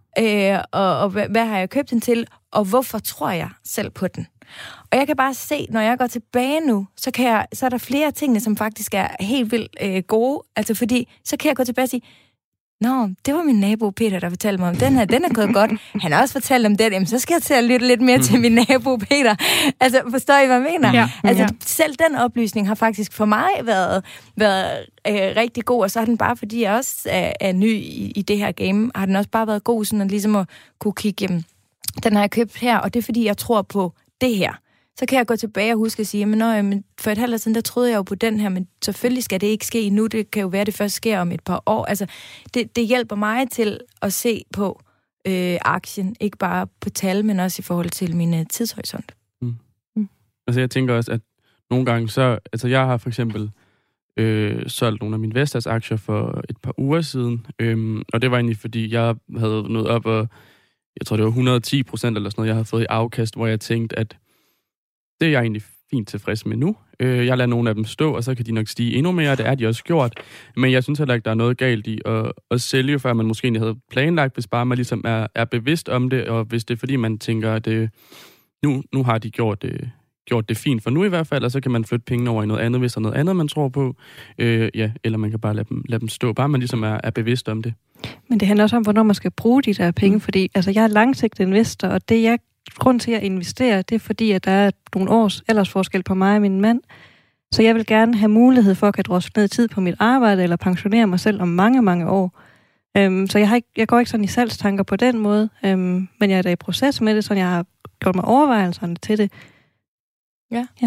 og hvad har jeg købt den til, og hvorfor tror jeg selv på den. Og jeg kan bare se, når jeg går tilbage nu, så er der flere ting, som faktisk er helt vildt gode. Altså fordi, så kan jeg gå tilbage og sige, nå, det var min nabo Peter, der fortalte mig om den her. Den er gået godt. Han har også fortalt om den. Jamen, så skal jeg til at lytte lidt mere til min nabo Peter. Altså, forstår I, hvad jeg mener? Ja. Altså, selv den oplysning har faktisk for mig været rigtig god, og så har den bare, fordi jeg også er ny i det her game, har den også bare været god, sådan at ligesom at kunne kigge, den har jeg købt her, og det er fordi, jeg tror på det her. Så kan jeg gå tilbage og huske at sige, men for et halvt år siden, der troede jeg jo på den her, men selvfølgelig skal det ikke ske nu. Det kan jo være, det først sker om et par år. Altså, det hjælper mig til at se på aktien, ikke bare på tal, men også i forhold til min tidshorisont. Altså, jeg tænker også, at nogle gange så... Altså, jeg har for eksempel solgt nogle af mine Vestas-aktier for et par uger siden, og det var egentlig, fordi jeg havde nået op, og jeg tror, det var 110% eller sådan noget, jeg havde fået i afkast, hvor jeg tænkte, at det er jeg egentlig fint tilfreds med nu. Jeg lader nogle af dem stå, og så kan de nok stige endnu mere. Det er de også gjort. Men jeg synes heller ikke, der er noget galt i at sælge, før man måske egentlig havde planlagt, hvis bare man ligesom er bevidst om det, og hvis det er fordi, man tænker, at nu har de gjort det fint for nu i hvert fald, og så kan man flytte pengene over i noget andet, hvis der er noget andet, man tror på. Eller man kan bare lade dem stå, bare man ligesom er bevidst om det. Men det handler også om, hvornår man skal bruge de der penge, fordi altså, jeg er langsigtet investor, og grund til at investere, det er fordi, at der er nogle års aldersforskel på mig og min mand. Så jeg vil gerne have mulighed for at kan drosle ned tid på mit arbejde, eller pensionere mig selv om mange, mange år. Så jeg går ikke sådan i salgstanker på den måde, men jeg er da i proces med det, så jeg har gjort mig overvejelserne til det. Ja.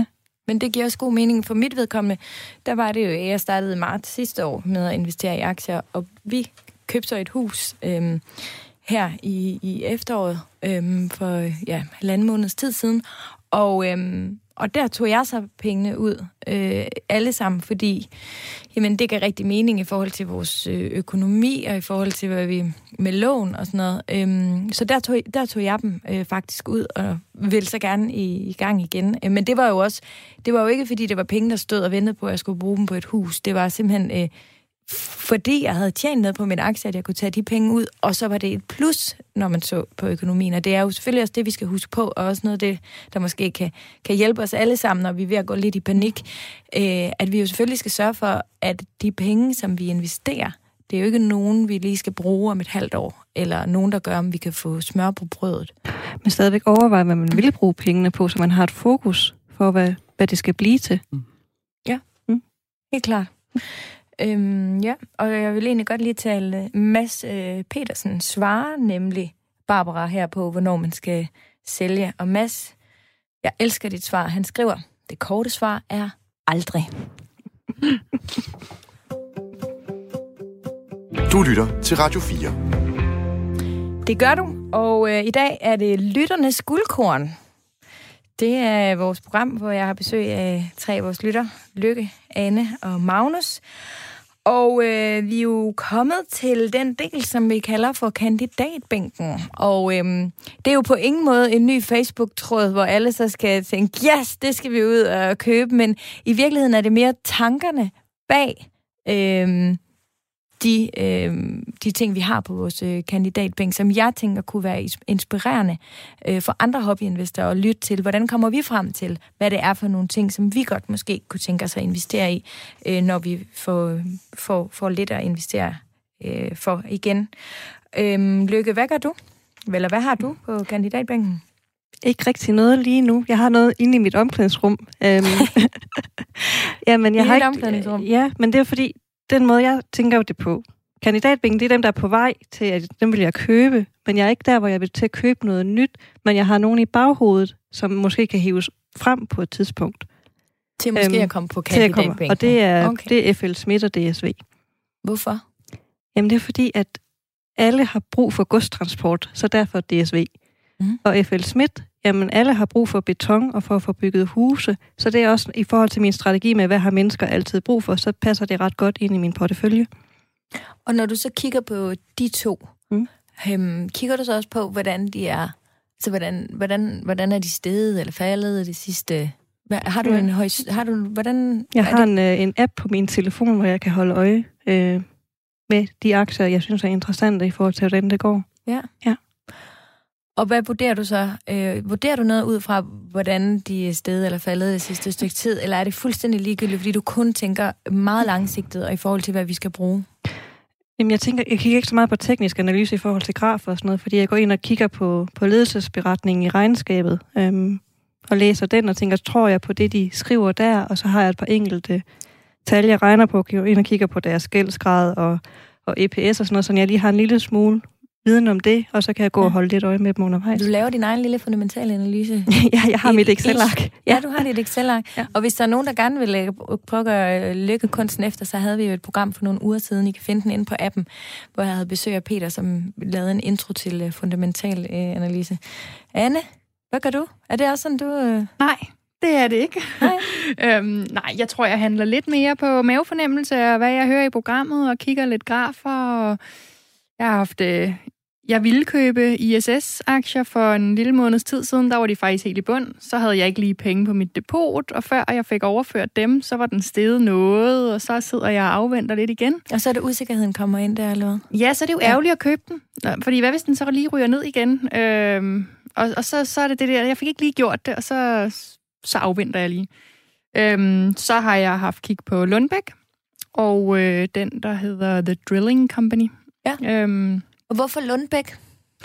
Men det giver også god mening for mit vedkommende. Der var det jo, jeg startede i marts sidste år med at investere i aktier, og vi købte så et hus her i efteråret for 1,5 måneds tid siden. Og der tog jeg så pengene ud, alle sammen, fordi jamen, det gav rigtig mening i forhold til vores økonomi, og i forhold til, hvad vi med lån og sådan noget. Så der tog jeg dem faktisk ud, og ville så gerne i gang igen. Men det var jo ikke, fordi det var penge, der stod og ventede på, at jeg skulle bruge dem på et hus. Det var simpelthen fordi jeg havde tjent noget på min aktie, at jeg kunne tage de penge ud, og så var det et plus, når man så på økonomien. Og det er jo selvfølgelig også det, vi skal huske på, og også noget af det, der måske kan hjælpe os alle sammen, når vi er ved at gå lidt i panik, at vi jo selvfølgelig skal sørge for, at de penge, som vi investerer, det er jo ikke nogen, vi lige skal bruge om et halvt år, eller nogen, der gør, om vi kan få smør på brødet. Men stadigvæk overveje, hvad man vil bruge pengene på, så man har et fokus for, hvad det skal blive til. Ja, helt klart. Og jeg vil egentlig godt lige tale Mads Petersen svarer nemlig Barbara her på, hvornår man skal sælge. Og Mads, jeg elsker dit svar. Han skriver, det korte svar er aldrig. Du lytter til Radio 4. Det gør du, og i dag er det Lytternes Guldkorn. Det er vores program, hvor jeg har besøg af 3 af vores lytter, Lykke, Anne og Magnus. Og vi er jo kommet til den del, som vi kalder for kandidatbænken. Og det er jo på ingen måde en ny Facebook-tråd, hvor alle så skal tænke, yes, det skal vi ud og købe. Men i virkeligheden er det mere tankerne bag de ting, vi har på vores kandidatbænk, som jeg tænker kunne være inspirerende for andre hobbyinvestorer at lytte til. Hvordan kommer vi frem til, hvad det er for nogle ting, som vi godt måske kunne tænke os at investere i, når vi får lidt at investere for igen. Lykke, hvad gør du? Eller hvad har du på kandidatbænken? Ikke rigtig noget lige nu. Jeg har noget inde i mit omklædningsrum. Men jeg har ikke omklædningsrum. Ja, men det er fordi den måde, jeg tænker det på. Kandidatbænken, det er dem, der er på vej til, at dem vil jeg købe, men jeg er ikke der, hvor jeg vil til at købe noget nyt, men jeg har nogen i baghovedet, som måske kan hives frem på et tidspunkt. Til måske at komme på kandidatbænken. Og det er FL Schmidt og DSV. Hvorfor? Jamen det er fordi, at alle har brug for godstransport, så derfor DSV. Og FL Schmidt, jamen alle har brug for beton og for at få bygget huse, så det er også i forhold til min strategi med, hvad har mennesker altid brug for, så passer det ret godt ind i min portefølje. Og når du så kigger på de 2, kigger du så også på, hvordan de er, så hvordan er de steget eller faldet det sidste? Har du en høj... Jeg har en app på min telefon, hvor jeg kan holde øje med de aktier, jeg synes er interessante i forhold til, hvordan det går. Ja. Og hvad vurderer du så? Vurderer du noget ud fra, hvordan de er steget eller faldet det sidste stykke tid? Eller er det fuldstændig ligegyldigt, fordi du kun tænker meget langsigtet og i forhold til, hvad vi skal bruge? Jamen, jeg kigger ikke så meget på teknisk analyse i forhold til grafer og sådan noget, fordi jeg går ind og kigger på ledelsesberetningen i regnskabet og læser den og tænker, tror jeg på det, de skriver der? Og så har jeg et par enkelte tal, jeg regner på, går ind og kigger på deres gældsgrad og EPS og sådan noget, så jeg lige har en lille smule viden om det, og så kan jeg gå og holde lidt øje med dem undervejs. Du laver din egen lille fundamentale analyse. Ja, jeg har mit Excel-ark. Ja, du har dit Excel-ark. Ja. Og hvis der er nogen, der gerne vil prøve at gøre lykkekunsten efter, så havde vi jo et program for nogle uger siden. I kan finde den inde på appen, hvor jeg havde besøg af Peter, som lavede en intro til fundamental analyse. Anne, hvad gør du? Er det også sådan, du... Nej, det er det ikke. Nej, jeg tror, jeg handler lidt mere på mavefornemmelse og hvad jeg hører i programmet, og kigger lidt grafer, og jeg har haft... Jeg ville købe ISS-aktier for en lille måneds tid siden. Der var de faktisk helt i bund. Så havde jeg ikke lige penge på mit depot, og før jeg fik overført dem, så var den steget noget, og så sidder jeg og afventer lidt igen. Og så er det usikkerheden kommer ind der, eller hvad? Ja, så er det jo ærgerligt at købe den. Fordi hvad hvis den så lige ryger ned igen? Og så er det der, jeg fik ikke lige gjort det, og så afventer jeg lige. Så har jeg haft kig på Lundbæk, og den, der hedder The Drilling Company. Ja. Og hvorfor Lundbæk?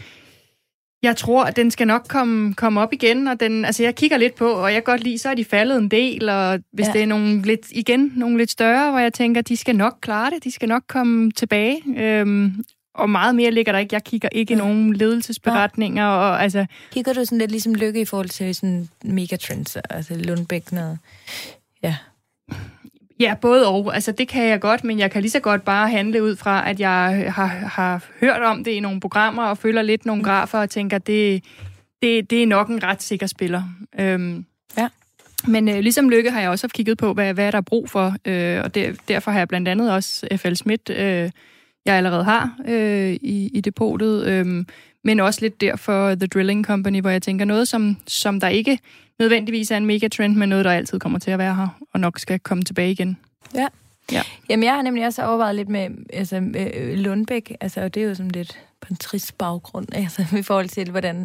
Jeg tror, at den skal nok komme op igen, og jeg kigger lidt på, og jeg kan godt lide, så er de faldet en del, og hvis det er nogle lidt større, hvor jeg tænker, de skal nok klare det, de skal nok komme tilbage. Og meget mere ligger der ikke. Jeg kigger ikke i nogen ledelsesberetninger. Og, altså... Kigger du sådan lidt ligesom Lykke i forhold til sådan megatrends, altså Lundbæk noget? Ja. Ja, både og. Altså, det kan jeg godt, men jeg kan lige så godt bare handle ud fra, at jeg har hørt om det i nogle programmer, og følger lidt nogle grafer, og tænker, det er nok en ret sikker spiller. Ja. Men ligesom Lykke har jeg også kigget på, hvad der er brug for, og derfor har jeg blandt andet også F.L. Schmidt, jeg allerede har i depotet, men også lidt derfor The Drilling Company, hvor jeg tænker noget, som der ikke nødvendigvis er en megatrend, men noget, der altid kommer til at være her, og nok skal komme tilbage igen. Ja. Jamen, jeg har nemlig også overvejet lidt med Lundbæk, altså, og det er jo sådan lidt på en trist baggrund, altså, i forhold til, hvordan,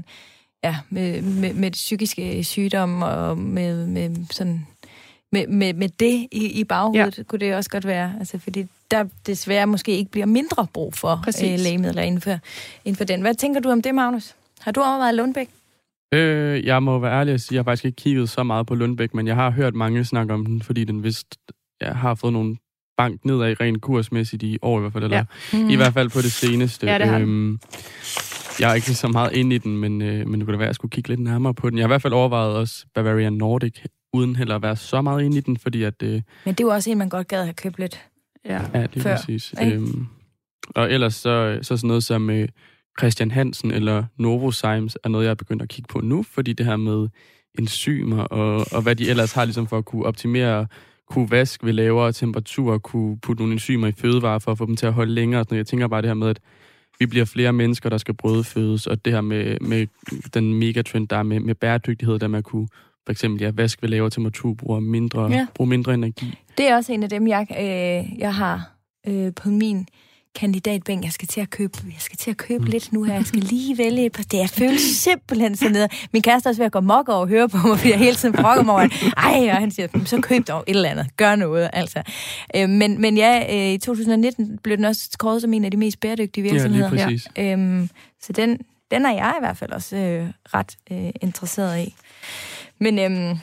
med psykiske sygdomme, og med sådan, med det i baghovedet, kunne det også godt være, altså, fordi der desværre måske ikke bliver mindre brug for lægemidler inden for den. Hvad tænker du om det, Magnus? Har du overvejet Lundbæk? Jeg må være ærlig at sige, jeg har faktisk ikke kigget så meget på Lundbæk, men jeg har hørt mange snakke om den, fordi den vist har fået nogle bank nedad rent kursmæssigt i år i hvert fald, eller i hvert fald på det seneste. Ja, det har jeg er ikke så meget inde i den, men det kunne da være, at jeg skulle kigge lidt nærmere på den. Jeg har i hvert fald overvejet også Bavarian Nordic, uden heller at være så meget inde i den, fordi at... Men det er jo også en, man godt gad have købt lidt ja, det er præcis. Og ellers så sådan noget som Christian Hansen eller Novozymes er noget, jeg er begyndt at kigge på nu, fordi det her med enzymer og hvad de ellers har ligesom for at kunne optimere, kunne vaske ved lavere temperatur, kunne putte nogle enzymer i fødevarer for at få dem til at holde længere. Jeg tænker bare det her med, at vi bliver flere mennesker, der skal brødfødes, og det her med den megatrend, der er med bæredygtighed, der med at kunne for eksempel vaske ved lavere temperatur, bruge mindre energi. Det er også en af dem, jeg har på min kandidatbænk. Jeg skal til at købe lidt nu her. Jeg skal lige vælge et par. Det føles simpelthen sådan noget. Min kæreste er også ved at gå mok over og høre på mig, fordi jeg hele tiden brokker mig over, og han siger, så køb dog et eller andet. Gør noget, altså. Men i 2019 blev den også kåret som en af de mest bæredygtige virksomheder. Ja, lige præcis. Så den er jeg i hvert fald også ret interesseret i. Men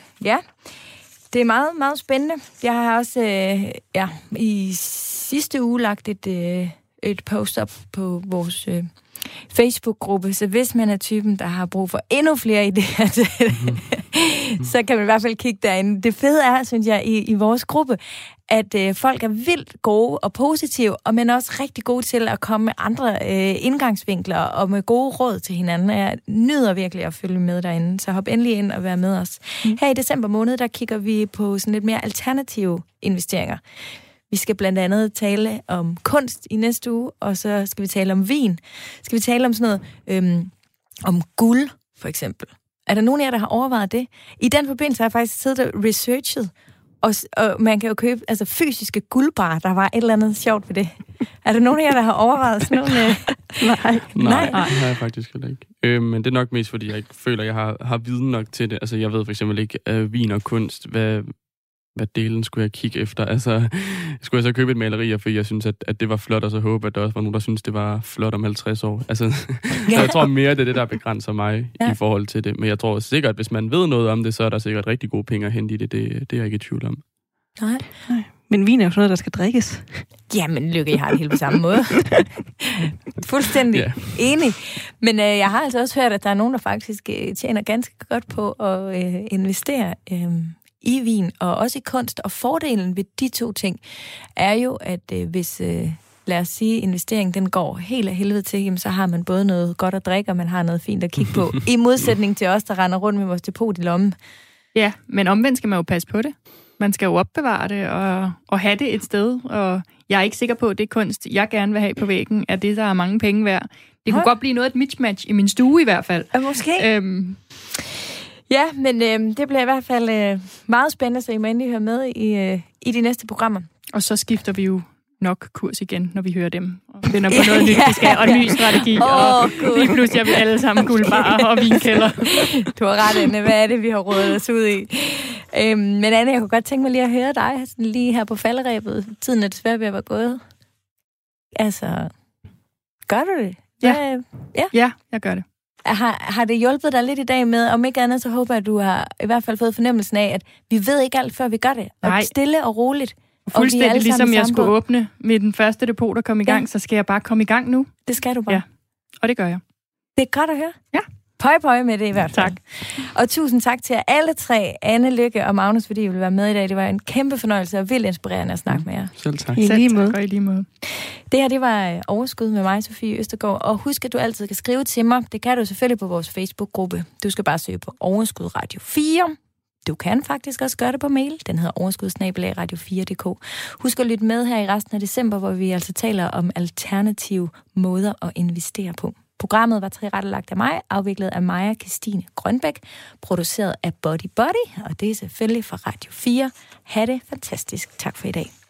det er meget, meget spændende. Jeg har også i sidste uge lagt et post op på vores Facebook-gruppe, så hvis man er typen, der har brug for endnu flere idéer til så kan man i hvert fald kigge derinde. Det fede er, synes jeg, i vores gruppe, at folk er vildt gode og positive, men også rigtig gode til at komme med andre indgangsvinkler og med gode råd til hinanden. Jeg nyder virkelig at følge med derinde, så hop endelig ind og vær med os. Her i december måned, der kigger vi på sådan lidt mere alternative investeringer. Vi skal blandt andet tale om kunst i næste uge, og så skal vi tale om vin. Skal vi tale om sådan noget, om guld, for eksempel. Er der nogen af jer, der har overvejet det? I den forbindelse har jeg faktisk siddet og researchet, og man kan jo købe fysiske guldbar. Der var et eller andet sjovt ved det. Er der nogen af jer, der har overvejet sådan nogle? Nej, det har jeg faktisk heller ikke. Men det er nok mest, fordi jeg ikke føler, at jeg har viden nok til det. Altså, jeg ved for eksempel ikke, vin og kunst, hvad delen skulle jeg kigge efter. Altså, skulle jeg så købe et maleri, fordi jeg synes, at det var flot, og så håbe, at der også var nogen, der synes, det var flot om 50 år. Altså, jeg tror mere, det er det, der begrænser mig i forhold til det. Men jeg tror sikkert, at hvis man ved noget om det, så er der sikkert rigtig gode penge at hente i det. Det er jeg ikke i tvivl om. Nej. Men vin er jo sådan noget, der skal drikkes. Jamen, Lykke, jeg har det helt på samme måde. Fuldstændig enig. Men jeg har altså også hørt, at der er nogen, der faktisk tjener ganske godt på at investere i vin og også i kunst. Og fordelen ved de to ting er jo, at hvis, lad os sige, investeringen den går helt af helvede til, jamen, så har man både noget godt at drikke, og man har noget fint at kigge på. I modsætning til os, der render rundt med vores depot i lommen. Ja, men omvendt skal man jo passe på det. Man skal jo opbevare det og have det et sted, og jeg er ikke sikker på, at det kunst, jeg gerne vil have på væggen, er det, der er mange penge værd. Det kunne godt blive noget et mismatch i min stue i hvert fald. Måske. Ja, men det bliver i hvert fald meget spændende, så I må endelig høre med i de næste programmer. Og så skifter vi jo nok kurs igen, når vi hører dem. Og finder på noget nyt, vi skal, og ny strategi. Og lige pludselig er vi alle sammen guldbarer og vinkælder. Du har ret, Anne. Hvad er det, vi har rådet os ud i? Men Anne, jeg kunne godt tænke mig lige at høre dig, sådan lige her på falderæbet. Tiden er desværre ved at være gået. Altså, gør du det? Ja, jeg gør det. Har det hjulpet dig lidt i dag med, om ikke andet, så håber jeg, at du har i hvert fald fået fornemmelsen af, at vi ved ikke alt, før vi gør det. Og stille og roligt, Fuldstændig ligesom jeg skulle åbne med den første depot, der kom i gang, så skal jeg bare komme i gang nu. Det skal du bare. Ja, og det gør jeg. Det er godt at høre. Ja. Pøj med det i hvert fald. Tak. Og tusind tak til jer alle tre, Anne, Lykke og Magnus, fordi I ville være med i dag. Det var en kæmpe fornøjelse og vildt inspirerende at snakke med jer. Selv tak. I lige måde. Det her, det var Overskud med mig, Sofie Østergaard. Og husk, at du altid kan skrive til mig. Det kan du selvfølgelig på vores Facebook-gruppe. Du skal bare søge på Overskud Radio 4. Du kan faktisk også gøre det på mail. Den hedder overskud@radio4.dk. Husk at lytte med her i resten af december, hvor vi altså taler om alternative måder at investere på. Programmet var tilrettelagt af mig, afviklet af Maja Christine Grønbæk, produceret af Body, og det er selvfølgelig fra Radio 4. Ha' det fantastisk. Tak for i dag.